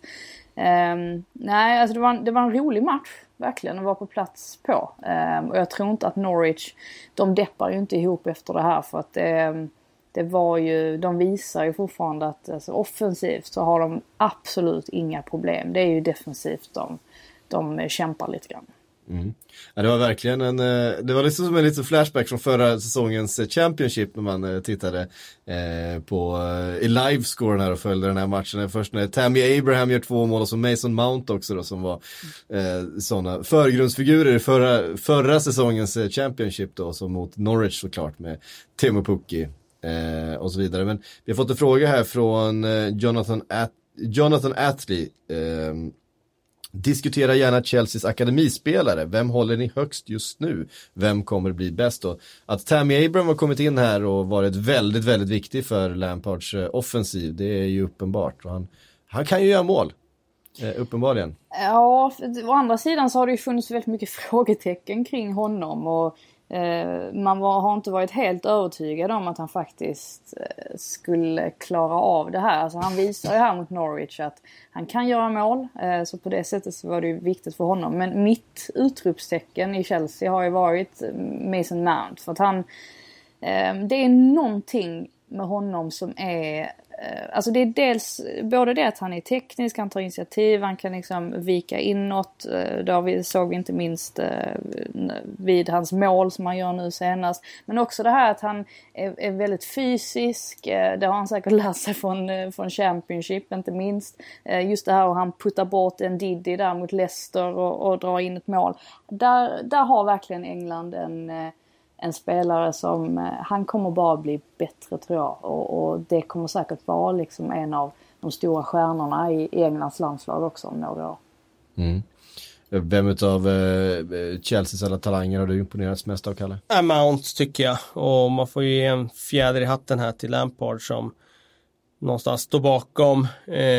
nej, alltså det var en rolig match verkligen att vara på plats på, och jag tror inte att Norwich, de deppar ju inte ihop efter det här, för att det var ju, de visar ju fortfarande att alltså, offensivt så har de absolut inga problem. Det är ju defensivt de kämpar lite grann. Mm. Ja, det var verkligen det var liksom som en liten flashback från förra säsongens Championship när man tittade i livescoren här och följde den här matchen. Först när Tammy Abraham gör 2 mål och så Mason Mount också då, som var sådana förgrundsfigurer i förra säsongens Championship då, som mot Norwich såklart med Teemu Pukki och så vidare. Men vi har fått en fråga här från Jonathan Athley. Diskutera gärna Chelseas akademispelare. Vem håller ni högst just nu? Vem kommer bli bäst då? Att Tammy Abraham har kommit in här och varit väldigt, väldigt viktig för Lampards offensiv, det är ju uppenbart. Och han kan ju göra mål, uppenbarligen. Ja, å andra sidan så har det ju funnits väldigt mycket frågetecken kring honom, och man har inte varit helt övertygad om att han faktiskt skulle klara av det här. Alltså han visar ju här mot Norwich att han kan göra mål, så på det sättet så var det ju viktigt för honom. Men mitt utropstecken i Chelsea har ju varit Mason Mount, för att det är någonting med honom som är, alltså det är dels både det att han är teknisk, han tar initiativ, han kan liksom vika inåt, såg vi inte minst vid hans mål som han gör nu senast, men också det här att han är väldigt fysisk, det har han säkert lärt sig från Championship inte minst, just det här och han puttar bort en Didi där mot Leicester och drar in ett mål, där har verkligen England en spelare som han kommer bara bli bättre, tror jag, och det kommer säkert vara liksom en av de stora stjärnorna i Englands landslag också om några år. Mm. Vem utav Chelseas alla talanger har du imponerats mest av, Kalle? Mount tycker jag, och man får ju ge en fjäder i hatten här till Lampard som någonstans står bakom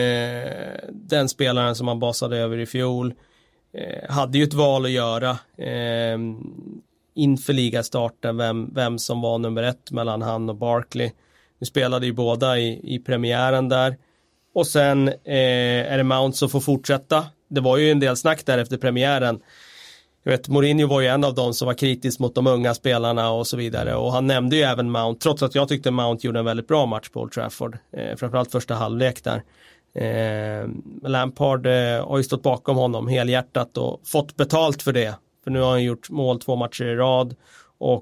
den spelaren som man basade över i fjol. Hade ju ett val att göra inför ligastarten, vem som var nummer 1 mellan han och Barkley. Nu spelade ju båda i premiären där. Och sen är det Mount som får fortsätta. Det var ju en del snack där efter premiären. Jag vet, Mourinho var ju en av dem som var kritisk mot de unga spelarna och så vidare. Och han nämnde ju även Mount, trots att jag tyckte Mount gjorde en väldigt bra match på Old Trafford. Framförallt första halvlek där. Lampard har ju stått bakom honom helhjärtat och fått betalt för det. För nu har han gjort mål 2 matcher i rad. Och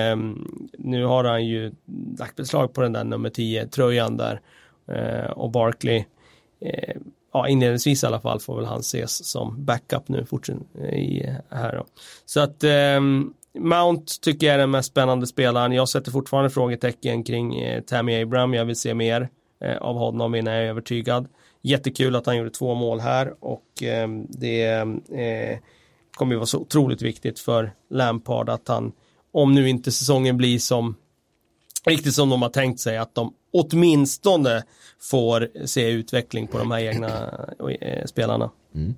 nu har han ju lagt beslag på den där nummer 10-tröjan där. Och Barkley, inledningsvis i alla fall, får väl han ses som backup nu här då. Så att Mount tycker jag är den mest spännande spelaren. Jag sätter fortfarande frågetecken kring Tammy Abraham. Jag vill se mer av honom innan jag är övertygad. Jättekul att han gjorde 2 mål här, och det kommer ju vara så otroligt viktigt för Lampard att han, om nu inte säsongen blir riktigt som de har tänkt sig, att de åtminstone får se utveckling på de här egna spelarna. Mm.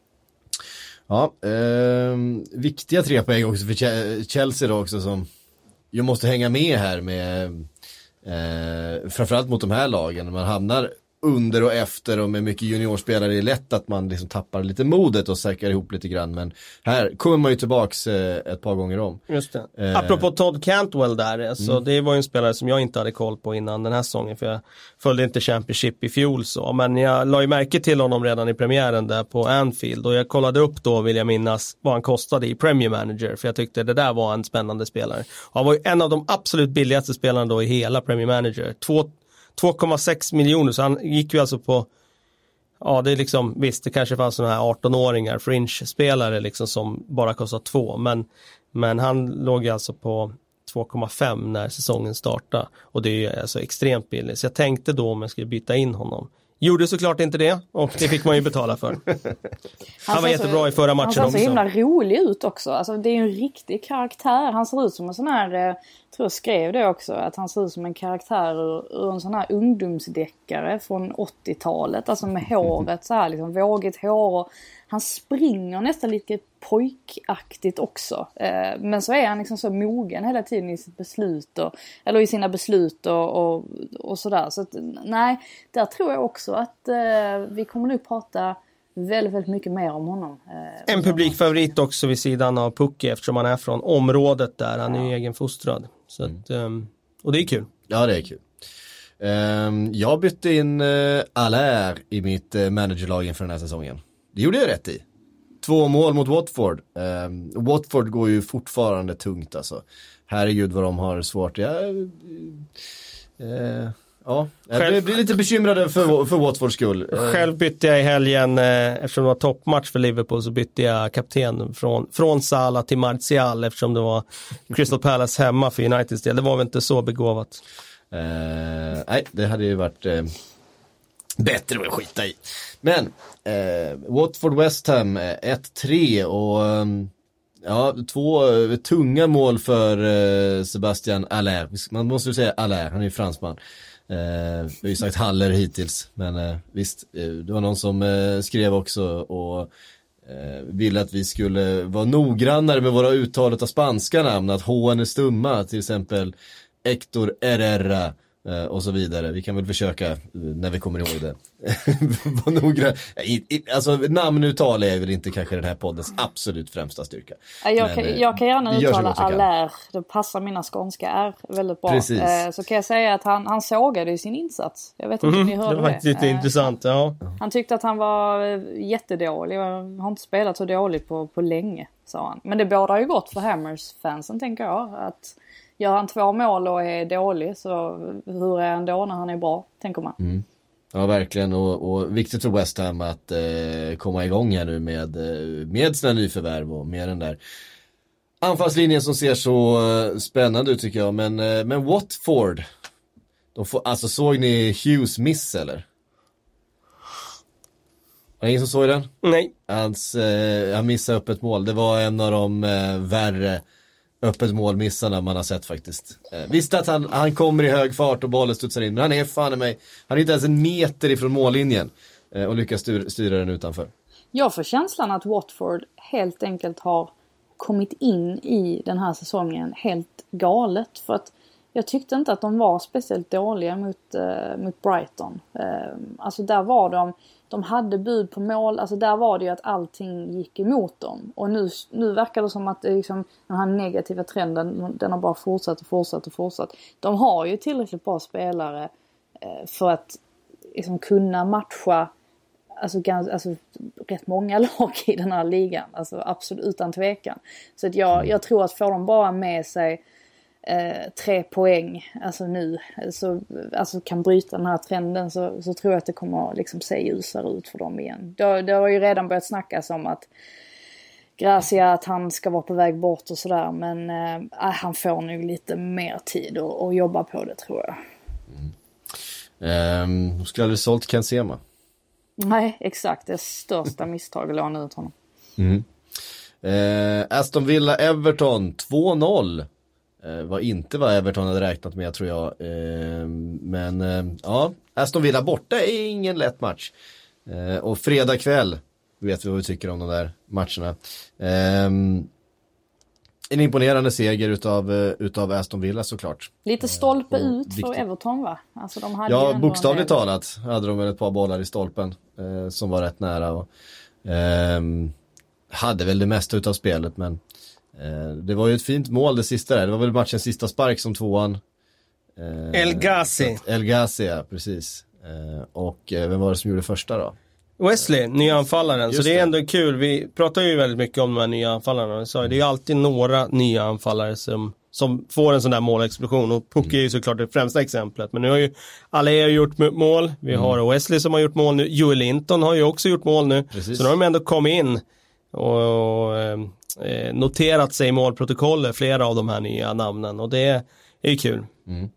Ja, viktiga 3 poäng också för Chelsea då också, som ju måste hänga med här med framförallt mot de här lagen. Man hamnar under och efter och med mycket juniorspelare är det lätt att man liksom tappar lite modet och säkrar ihop lite grann, men här kommer man ju tillbaks ett par gånger om. Just det. Apropå Todd Cantwell där, alltså, det var ju en spelare som jag inte hade koll på innan den här säsongen, för jag följde inte Championship i fjol så, men jag la ju märke till honom redan i premiären där på Anfield och jag kollade upp då, vill jag minnas, vad han kostade i Premier Manager, för jag tyckte det där var en spännande spelare. Han var ju en av de absolut billigaste spelarna då i hela Premier Manager. 2,6 miljoner, så han gick ju alltså på, ja det är liksom, visst det kanske fanns sådana här 18-åringar, fringe-spelare liksom som bara kostar 2, men han låg alltså på 2,5 när säsongen startade och det är ju alltså extremt billigt, så jag tänkte då om jag skulle byta in honom. Gjorde såklart inte det och det fick man ju betala för. Han var jättebra i förra matchen också. Han ser så himla rolig ut också. Alltså, det är ju en riktig karaktär. Han ser ut som en sån här, jag tror jag skrev det också, att han ser ut som en karaktär ur en sån här ungdomsdeckare från 80-talet. Alltså med håret så här, liksom vågigt hår, och han springer nästan lite pojkaktigt också. Men så är han liksom så mogen hela tiden i sitt beslut eller i sina beslut och sådär. Så att, nej, där tror jag också att vi kommer nog prata väldigt, väldigt mycket mer om honom. En publikfavorit också vid sidan av Pucki, eftersom han är från området där. Han är ju egenfostrad. Så att, och det är kul. Ja, det är kul. Jag bytte in Allaire i mitt managerlag inför den här säsongen. Det gjorde jag rätt i. 2 mål mot Watford. Watford går ju fortfarande tungt alltså. Herregud vad de har svårt. Jag blir lite bekymrad för Watfords skull. Själv bytte jag i helgen, eftersom det var toppmatch för Liverpool, så bytte jag kapten från Salah till Martial, eftersom det var Crystal Palace hemma för Uniteds del. Det var väl inte så begåvat. Nej, det hade ju varit bättre att skita i. Men Watford West Ham 1-3 och 2 tunga mål för Sebastian Allaire. Man måste ju säga Allaire, han är ju fransman. Vi har ju sagt Haller hittills, men visst, det var någon som skrev också och ville att vi skulle vara noggrannare med våra uttalet av spanska namn, att H-en är stumma, till exempel Héctor Herrera och så vidare. Vi kan väl försöka när vi kommer ihåg det. Var noggrann. Alltså namnuttal är väl inte kanske den här poddens absolut främsta styrka. Jag kan gärna uttala Allaire. Det passar mina skånska är väldigt bra. Så kan jag säga att han sågade i sin insats. Jag vet inte om ni hörde det. Det var faktiskt lite intressant, ja. Han tyckte att han var jättedålig. Jag har inte spelat så dåligt på länge, sa han. Men det bådar ju gott för Hammers-fansen, tänker jag. Att gör han 2 mål och är dålig, så hur är han då när han är bra, tänker man. Ja, verkligen. Och viktigt för West Ham att komma igång här nu med sina nyförvärv och med den där anfallslinjen som ser så spännande ut, tycker jag. Men Watford, alltså såg ni Hughes miss eller? Var det ingen som såg den? Nej. Han missade upp ett mål. Det var en av de värre öppet målmissarna man har sett faktiskt. Visst att han kommer i hög fart och bollen studsar in, men han är fan i mig. Han är inte ens en meter ifrån mållinjen och lyckas styra den utanför. Jag får känslan att Watford helt enkelt har kommit in i den här säsongen helt galet. För att jag tyckte inte att de var speciellt dåliga mot Brighton. Alltså där var de hade bud på mål. Alltså där var det ju att allting gick emot dem. Och nu verkar det som att det liksom, den här negativa trenden, den har bara fortsatt. De har ju tillräckligt bra spelare för att liksom kunna matcha alltså rätt många lag i den här ligan. Alltså absolut, utan tvekan. Så att jag tror att får de bara med sig 3 poäng alltså nu, alltså kan bryta den här trenden, så tror jag att det kommer liksom se ljusare ut för dem igen. Det har ju redan börjat snackas om att Gracia, att han ska vara på väg bort och sådär, men han får nog lite mer tid att jobba på det, tror jag. Skulle aldrig sålt Kensema? Nej, exakt, det största misstag att låna ut honom. Aston Villa Everton 2-0 var inte vad Everton hade räknat med, tror jag. Men ja, Aston Villa borta är ingen lätt match. Och fredag kväll vet vi vad vi tycker om de där matcherna. En imponerande seger utav Aston Villa såklart. Lite stolpe ut för Everton, va? Alltså de hade bokstavligt talat hade de väl ett par bollar i stolpen som var rätt nära och hade väl det mesta utav spelet, men det var ju ett fint mål det sista där. Det var väl matchens sista spark som tvåan. El Ghazi, ja, precis. Och vem var det som gjorde första då? Wesley, nya anfallaren. Så det är ändå kul. Vi pratar ju väldigt mycket om de här nya anfallarna. Så det är ju alltid några nya anfallare som får en sån där målexplosion. Och Puck är ju såklart det främsta exemplet. Men nu har ju Alea gjort mål. Vi har Wesley som har gjort mål nu. Joel Linton har ju också gjort mål nu. Precis. Så nu har de ändå kommit in och noterat sig i målprotokollet, flera av de här nya namnen. Och det är ju kul.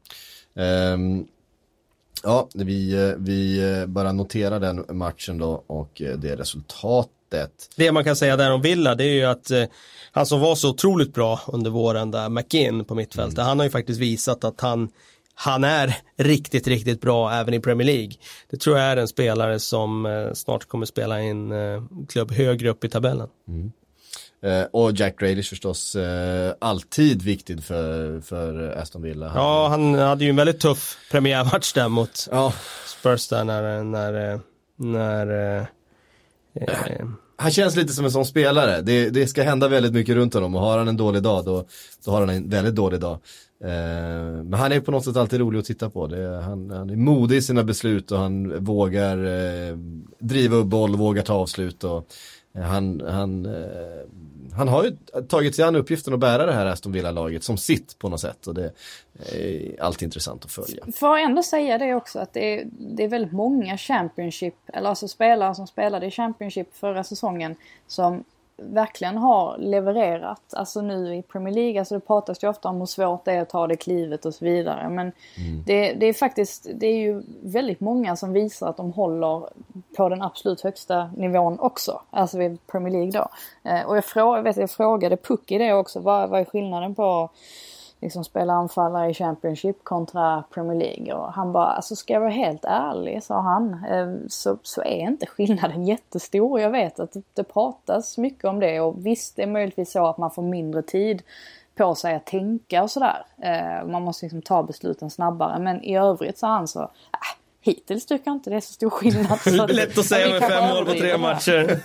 Ja, vi bara noterar den matchen då och det resultatet. Det man kan säga där om Villa, det är ju att han som var så otroligt bra under våren där, McGinn på mittfältet, han har ju faktiskt visat att han är riktigt, riktigt bra även i Premier League. Det tror jag är en spelare som snart kommer spela i en klubb högre upp i tabellen. Och Jack Grealish förstås alltid viktig för Aston Villa. Ja, han hade ju en väldigt tuff premiärmatch där mot Spurs där när han känns lite som en sån spelare. Det ska hända väldigt mycket runt honom, och har han en dålig dag då har han en väldigt dålig dag. Men han är på något sätt alltid rolig att titta på. Han är modig i sina beslut och han vågar driva upp boll, vågar ta avslut och han har ju tagit sig an uppgiften att bära det här Aston Villa-laget som sitt på något sätt, och det är alltid intressant att följa. Får jag ändå säga det också, att det är väldigt många Championship, eller alltså spelare som spelade i Championship förra säsongen som verkligen har levererat, alltså nu i Premier League. Alltså det pratas ju ofta om hur svårt det är att ta det klivet och så vidare, men det är faktiskt, det är ju väldigt många som visar att de håller på den absolut högsta nivån också, alltså vid Premier League då. Och jag frågade Puck i det också, vad är skillnaden på liksom spela anfallare i Championship kontra Premier League, och han bara, alltså ska jag vara helt ärlig, sa han, så är inte skillnaden jättestor. Jag vet att det pratas mycket om det, och visst, det är möjligtvis så att man får mindre tid på sig att tänka och sådär. Man måste liksom ta besluten snabbare, men i övrigt så han så hittills tycker jag inte det är så stor skillnad. Så det är lätt att säga med 5 mål på 3 matcher.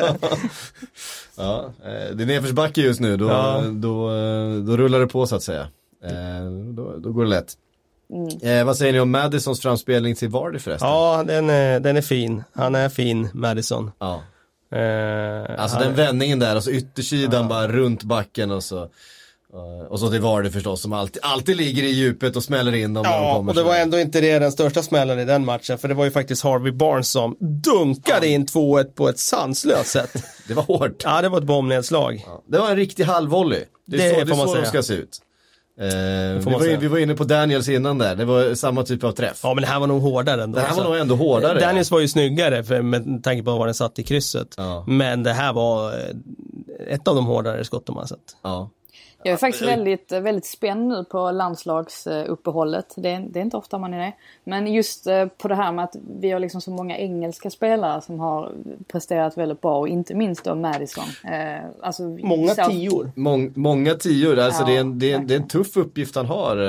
Ja, det är nedförsbacke just nu. Då rullar det på så att säga. Då går det lätt. Vad säger ni om Madisons framspelning till Vardy förresten? Ja, den är fin. Han är fin, Madison. Ja. Alltså den vändningen där, och så yttersidan bara runt backen och så till Vardy förstås, som alltid ligger i djupet och smäller in dem. Ja, och det var ändå inte den största smällen i den matchen, för det var ju faktiskt Harvey Barnes som dunkade in 2-1 på ett sanslöst sätt. Det var hårt. Ja, det var ett bombnedslag. Ja, det var en riktig halvvolley. Det är så de ska se ut. Vi var inne på Daniels innan där. Det var samma typ av träff. Ja, men det här var nog hårdare ändå. Det här var nog ändå hårdare. Daniels var ju snyggare med tanke på vad den satt i krysset. Ja. Men det här var ett av de hårdare skott de har sett. Ja. Jag är faktiskt väldigt, väldigt spänd nu på landslagsuppehållet. Det är inte ofta man är det. Men just på det här med att vi har liksom så många engelska spelare som har presterat väldigt bra. Och inte minst då Madison. Alltså, många tior. Många tior. Alltså det är en tuff uppgift han har.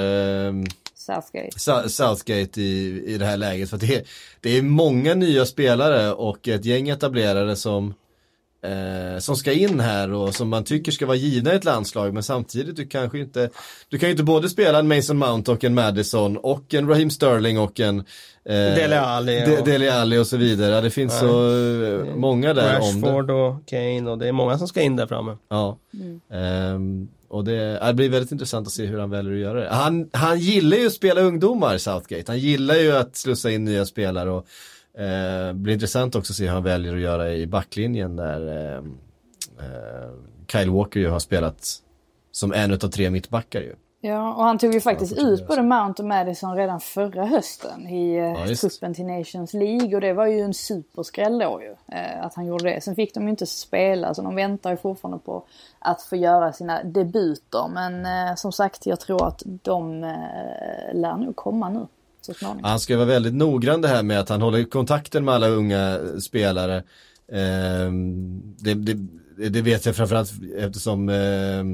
Southgate i det här läget. För det är många nya spelare och ett gäng etablerare som ska in här och som man tycker ska vara givna i ett landslag, men samtidigt du kan ju inte både spela en Mason Mount och en Madison och en Raheem Sterling och en Dele Alli och så vidare. Det finns så många där. Rashford och Kane, och det är många som ska in där framme. Ja. Och det blir väldigt intressant att se hur han väljer att göra det. Han gillar ju att spela ungdomar, Southgate. Han gillar ju att slussa in nya spelare, och blir intressant också att se hur han väljer att göra i backlinjen där Kyle Walker ju har spelat som en av 3 mittbackar ju. Ja, och han tog ju faktiskt ut både Mount och Madison redan förra hösten i truppen till Nations League, och det var ju en superskräll då ju, att han gjorde det. Sen fick de ju inte spela, så de väntar ju fortfarande på att få göra sina debuter, men som sagt, jag tror att de lär nog komma nu. Han ska vara väldigt noggrann det här med att han håller kontakten med alla unga spelare. Det vet jag framförallt eftersom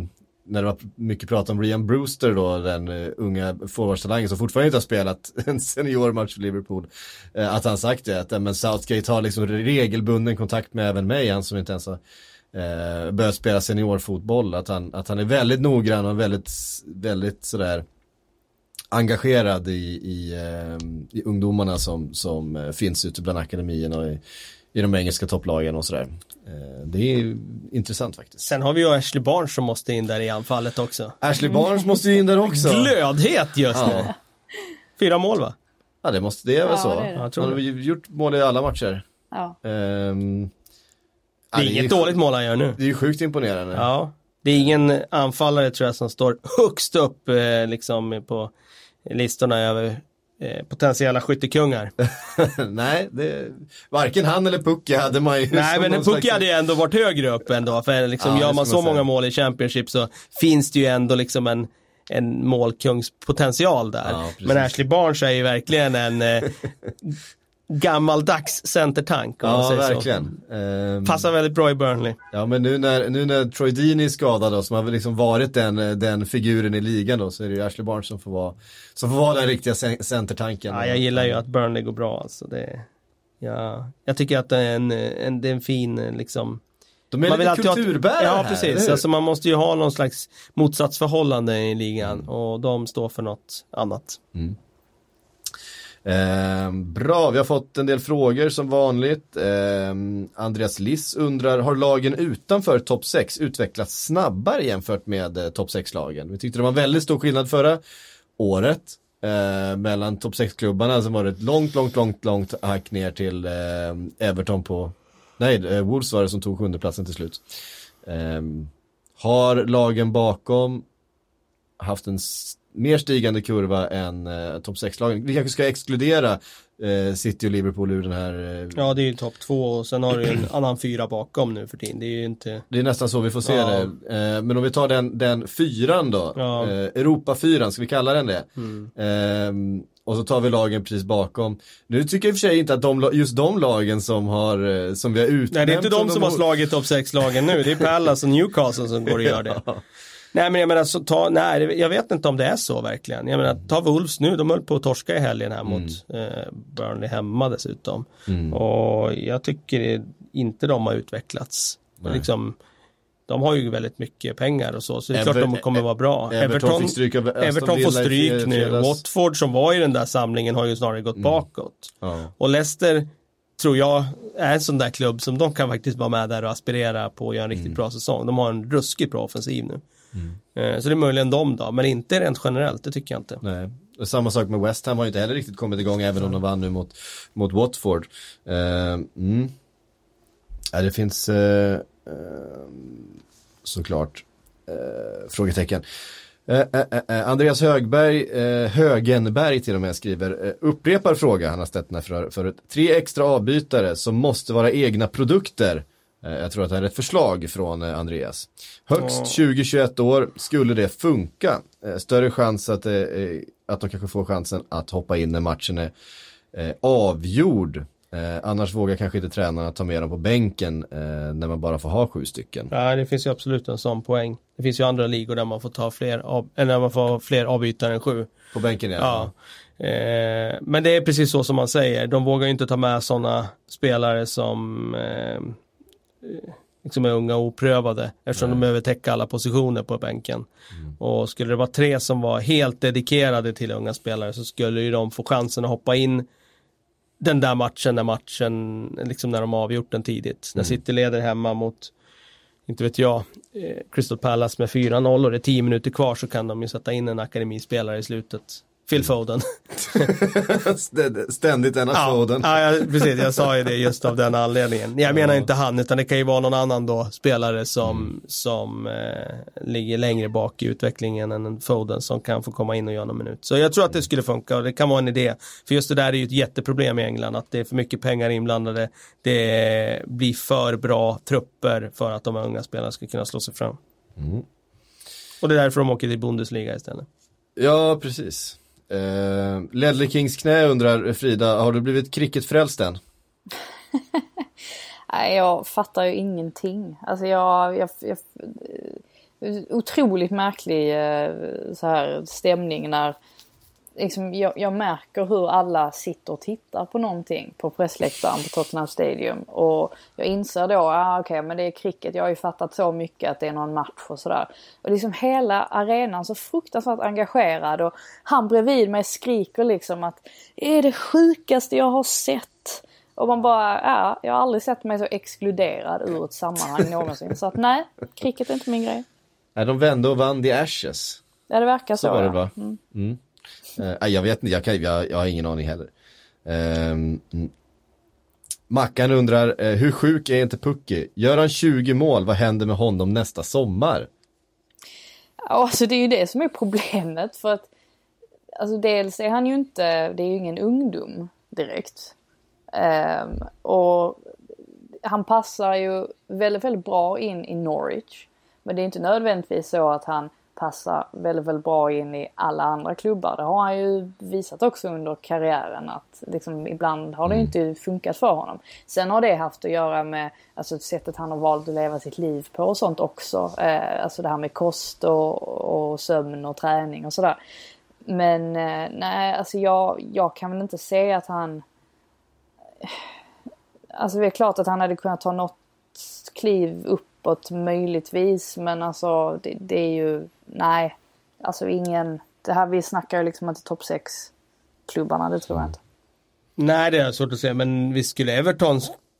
när det var mycket prat om Ryan Brewster då, den unga forwardstalangen som fortfarande inte har spelat en seniormatch för Liverpool, att han sagt det, att men Southgate har liksom regelbunden kontakt med även mig, han som inte ens har börjat spela seniorfotboll, att han är väldigt noggrann och väldigt, väldigt sådär engagerad i ungdomarna som finns ute bland akademierna och i de engelska topplagen och sådär. Det är intressant faktiskt. Sen har vi ju Ashley Barnes som måste in där i anfallet också. Ashley Barnes måste ju in där också. Glödhet just nu. 4 mål va? Ja, det är väl så. Han har gjort mål i alla matcher. Ja. Det är inget dåligt mål han gör nu. Det är ju sjukt imponerande. Ja. Det är ingen anfallare tror jag som står högst upp liksom på listorna över potentiella skyttekungar. Nej, varken han eller Pucka hade man ju. Nej, men Pucka hade ju ändå varit högre upp ändå. För liksom, gör man så många mål i Championship så finns det ju ändå liksom en målkungspotential där. Ja, men Ashley Barnes är ju verkligen en gammaldags centertank. Ja, verkligen. Passar väldigt bra i Burnley. Ja, men nu när Troy Deeney är skadad då, som har liksom varit den figuren i ligan då, så är det ju Ashley Barnes som får vara den riktiga centertanken. Ja, jag gillar ju att Burnley går bra alltså. Jag tycker att det är en fin liksom. De är lite kulturbärare. Ja, precis. Alltså, man måste ju ha någon slags motsatsförhållande i ligan och de står för något annat. Mm. Bra, vi har fått en del frågor som vanligt. Andreas Liss undrar, har lagen utanför topp 6 utvecklats snabbare jämfört med topp 6-lagen? Vi tyckte det var en väldigt stor skillnad förra året mellan topp 6-klubbarna, som var ett långt hack ner till Everton Wolves var det som tog 7:e platsen till slut. Har lagen bakom haft en mer stigande kurva än topp 6-lagen? Vi kanske ska exkludera City och Liverpool ur den här. Ja, det är ju topp 2 och sen har du en annan 4 bakom nu för tiden. Det är ju inte. Det är nästan så vi får se det. Men om vi tar den 4:an då. Ja. Europa 4:an, ska vi kalla den det? Och så tar vi lagen precis bakom. Nu tycker jag i och för sig inte att just de lagen som vi har utnämnt. Nej, det är inte de som har slagit topp 6-lagen nu. Det är Palace och Newcastle som går och gör det. Ja. Nej, men jag menar jag vet inte om det är så verkligen. Jag menar, ta Wolves nu, de höll på att torska i helgen här mot Burnley hemma dessutom. Och jag tycker inte de har utvecklats. Liksom, de har ju väldigt mycket pengar och så det är klart de kommer vara bra. Everton får stryk nu. Watford som var i den där samlingen har ju snarare gått bakåt. Och Leicester tror jag är en sån där klubb som de kan faktiskt vara med där och aspirera på att göra en riktigt bra säsong. De har en ruskigt bra offensiv nu. Så det är möjligen de då, men inte rent generellt, det tycker jag inte. Nej. Och samma sak med West Ham, har ju inte heller riktigt kommit igång även om de vann nu mot Watford. Ja, det finns såklart frågetecken. Andreas Högenberg till och med skriver, upprepar fråga, han har ställt den här förut. 3 extra avbytare som måste vara egna produkter. Jag tror att det här är ett förslag från Andreas. Högst 20-21 år, skulle det funka? Större chans att de kanske får chansen att hoppa in när matchen är avgjord. Annars vågar kanske inte tränarna ta med dem på bänken när man bara får ha 7 stycken. Ja, det finns ju absolut en sån poäng. Det finns ju andra ligor där man får ta fler avbytare än 7. På bänken, ja. Men det är precis så som man säger. De vågar ju inte ta med sådana spelare som liksom är unga och oprövade, eftersom de behöver täcka alla positioner på bänken. Och skulle det vara 3 som var helt dedikerade till unga spelare, så skulle ju de få chansen att hoppa in den där matchen liksom när de har avgjort den tidigt. När City leder hemma mot, inte vet jag, Crystal Palace med 4-0 och det är 10 minuter kvar, så kan de ju sätta in en akademispelare i slutet. Phil Foden. Ständigt denna Foden. Ja, precis. Jag sa ju det just av den anledningen. Jag menar inte han, utan det kan ju vara någon annan då spelare som ligger längre bak i utvecklingen än en Foden som kan få komma in och göra någon minut. Så jag tror att det skulle funka, och det kan vara en idé. För just det där är ju ett jätteproblem i England, att det är för mycket pengar inblandade. Det blir för bra trupper för att de unga spelarna ska kunna slå sig fram. Och det är därför de åker till Bundesliga istället. Ja, precis. Ledley Kings knä undrar Frida, har du blivit cricketfrälst än? Nej, jag fattar ju ingenting. Alltså otroligt märklig så här stämning när liksom, jag märker hur alla sitter och tittar på någonting på pressläktaren på Tottenham Stadium. Och jag inser då, okej, men det är cricket. Jag har ju fattat så mycket att det är någon match och sådär. Och liksom hela arenan så fruktansvärt engagerad. Och han bredvid mig skriker liksom att är det sjukaste jag har sett. Och man bara, jag har aldrig sett mig så exkluderad ur ett sammanhang någonsin. Så att nej, cricket är inte min grej. Nej, de vände och vann The Ashes. Ja, det verkar så. Så var det, va? Jag vet inte, jag har ingen aning heller. Mackan undrar, hur sjuk är inte Pucky? Gör han 20 mål, vad händer med honom nästa sommar? Alltså det är ju det som är problemet. För att alltså dels är han ju inte, det är ju ingen ungdom direkt. Och han passar ju väldigt, väldigt bra in i Norwich. Men det är inte nödvändigtvis så att han passar väldigt, väldigt bra in i alla andra klubbar. Det har han ju visat också under karriären att liksom, ibland har det inte funkat för honom. Sen har det haft att göra med alltså, sättet han har valt att leva sitt liv på och sånt också. Alltså det här med kost och sömn och träning och sådär. Men nej, alltså jag kan väl inte säga att han... Alltså det är klart att han hade kunnat ta något kliv uppåt möjligtvis, men alltså det är ju, nej, alltså ingen, det här vi snackar ju liksom inte topp 6 klubbarna, det tror jag inte. Nej, det är svårt att säga, men vi skulle Everton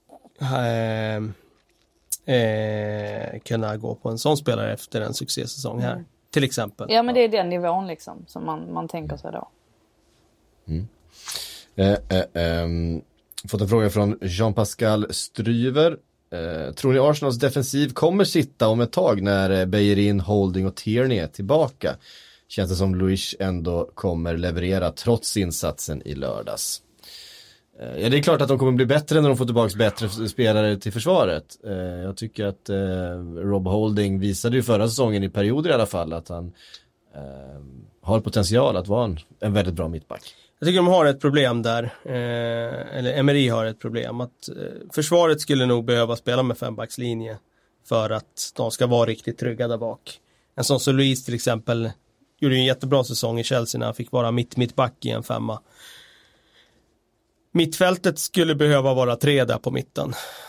kunna gå på en sån spelare efter en succésäsong här, till exempel. Ja, men det är den nivån liksom som man tänker sig då. Fått en fråga från Jean-Pascal Stryver. Tror ni Arsenals defensiv kommer sitta om ett tag när Bellerin, Holding och Tierney är tillbaka? Känns det som Luis ändå kommer leverera trots insatsen i lördags? Ja, det är klart att de kommer bli bättre när de får tillbaka bättre spelare till försvaret. Jag tycker att Rob Holding visade ju förra säsongen i perioder i alla fall att han har potential att vara en väldigt bra mittback. Jag tycker de har ett problem där, eller Emery har ett problem, att försvaret skulle nog behöva spela med 5-backslinje för att de ska vara riktigt trygga där bak. En sån som Luis till exempel gjorde en jättebra säsong i Chelsea när han fick vara mittback i en 5. Mittfältet skulle behöva vara 3 där på mitten.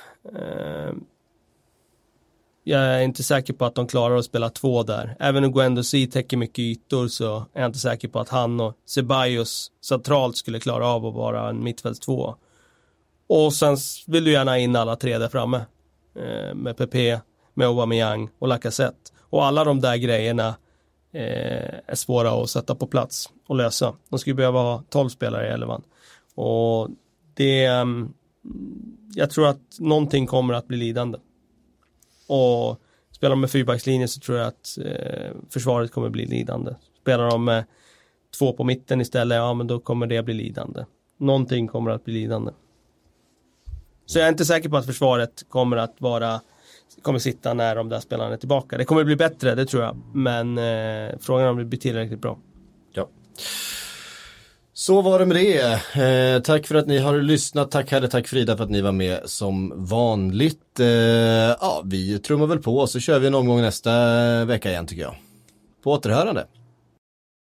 Jag är inte säker på att de klarar att spela 2 där. Även om Guendouzi täcker mycket ytor så är jag inte säker på att han och Ceballos centralt skulle klara av att vara en mittfält 2. Och sen vill du gärna in alla 3 där framme. Med Pepe, med Aubameyang och Lacazette. Och alla de där grejerna är svåra att sätta på plats och lösa. De skulle behöva ha 12 spelare i 11. Och det... jag tror att någonting kommer att bli lidande. Och spelar de med 4-backslinje så tror jag att försvaret kommer bli lidande. Spelar de med 2 på mitten istället, ja men då kommer det bli lidande. Någonting kommer att bli lidande. Så jag är inte säker på att försvaret kommer sitta när de där spelarna är tillbaka. Det kommer bli bättre, det tror jag. Men frågan om det blir tillräckligt bra. Ja. Så var det med det. Tack för att ni har lyssnat. Tack Frida för att ni var med som vanligt. Vi trummar väl på så kör vi en omgång nästa vecka igen tycker jag. På återhörande.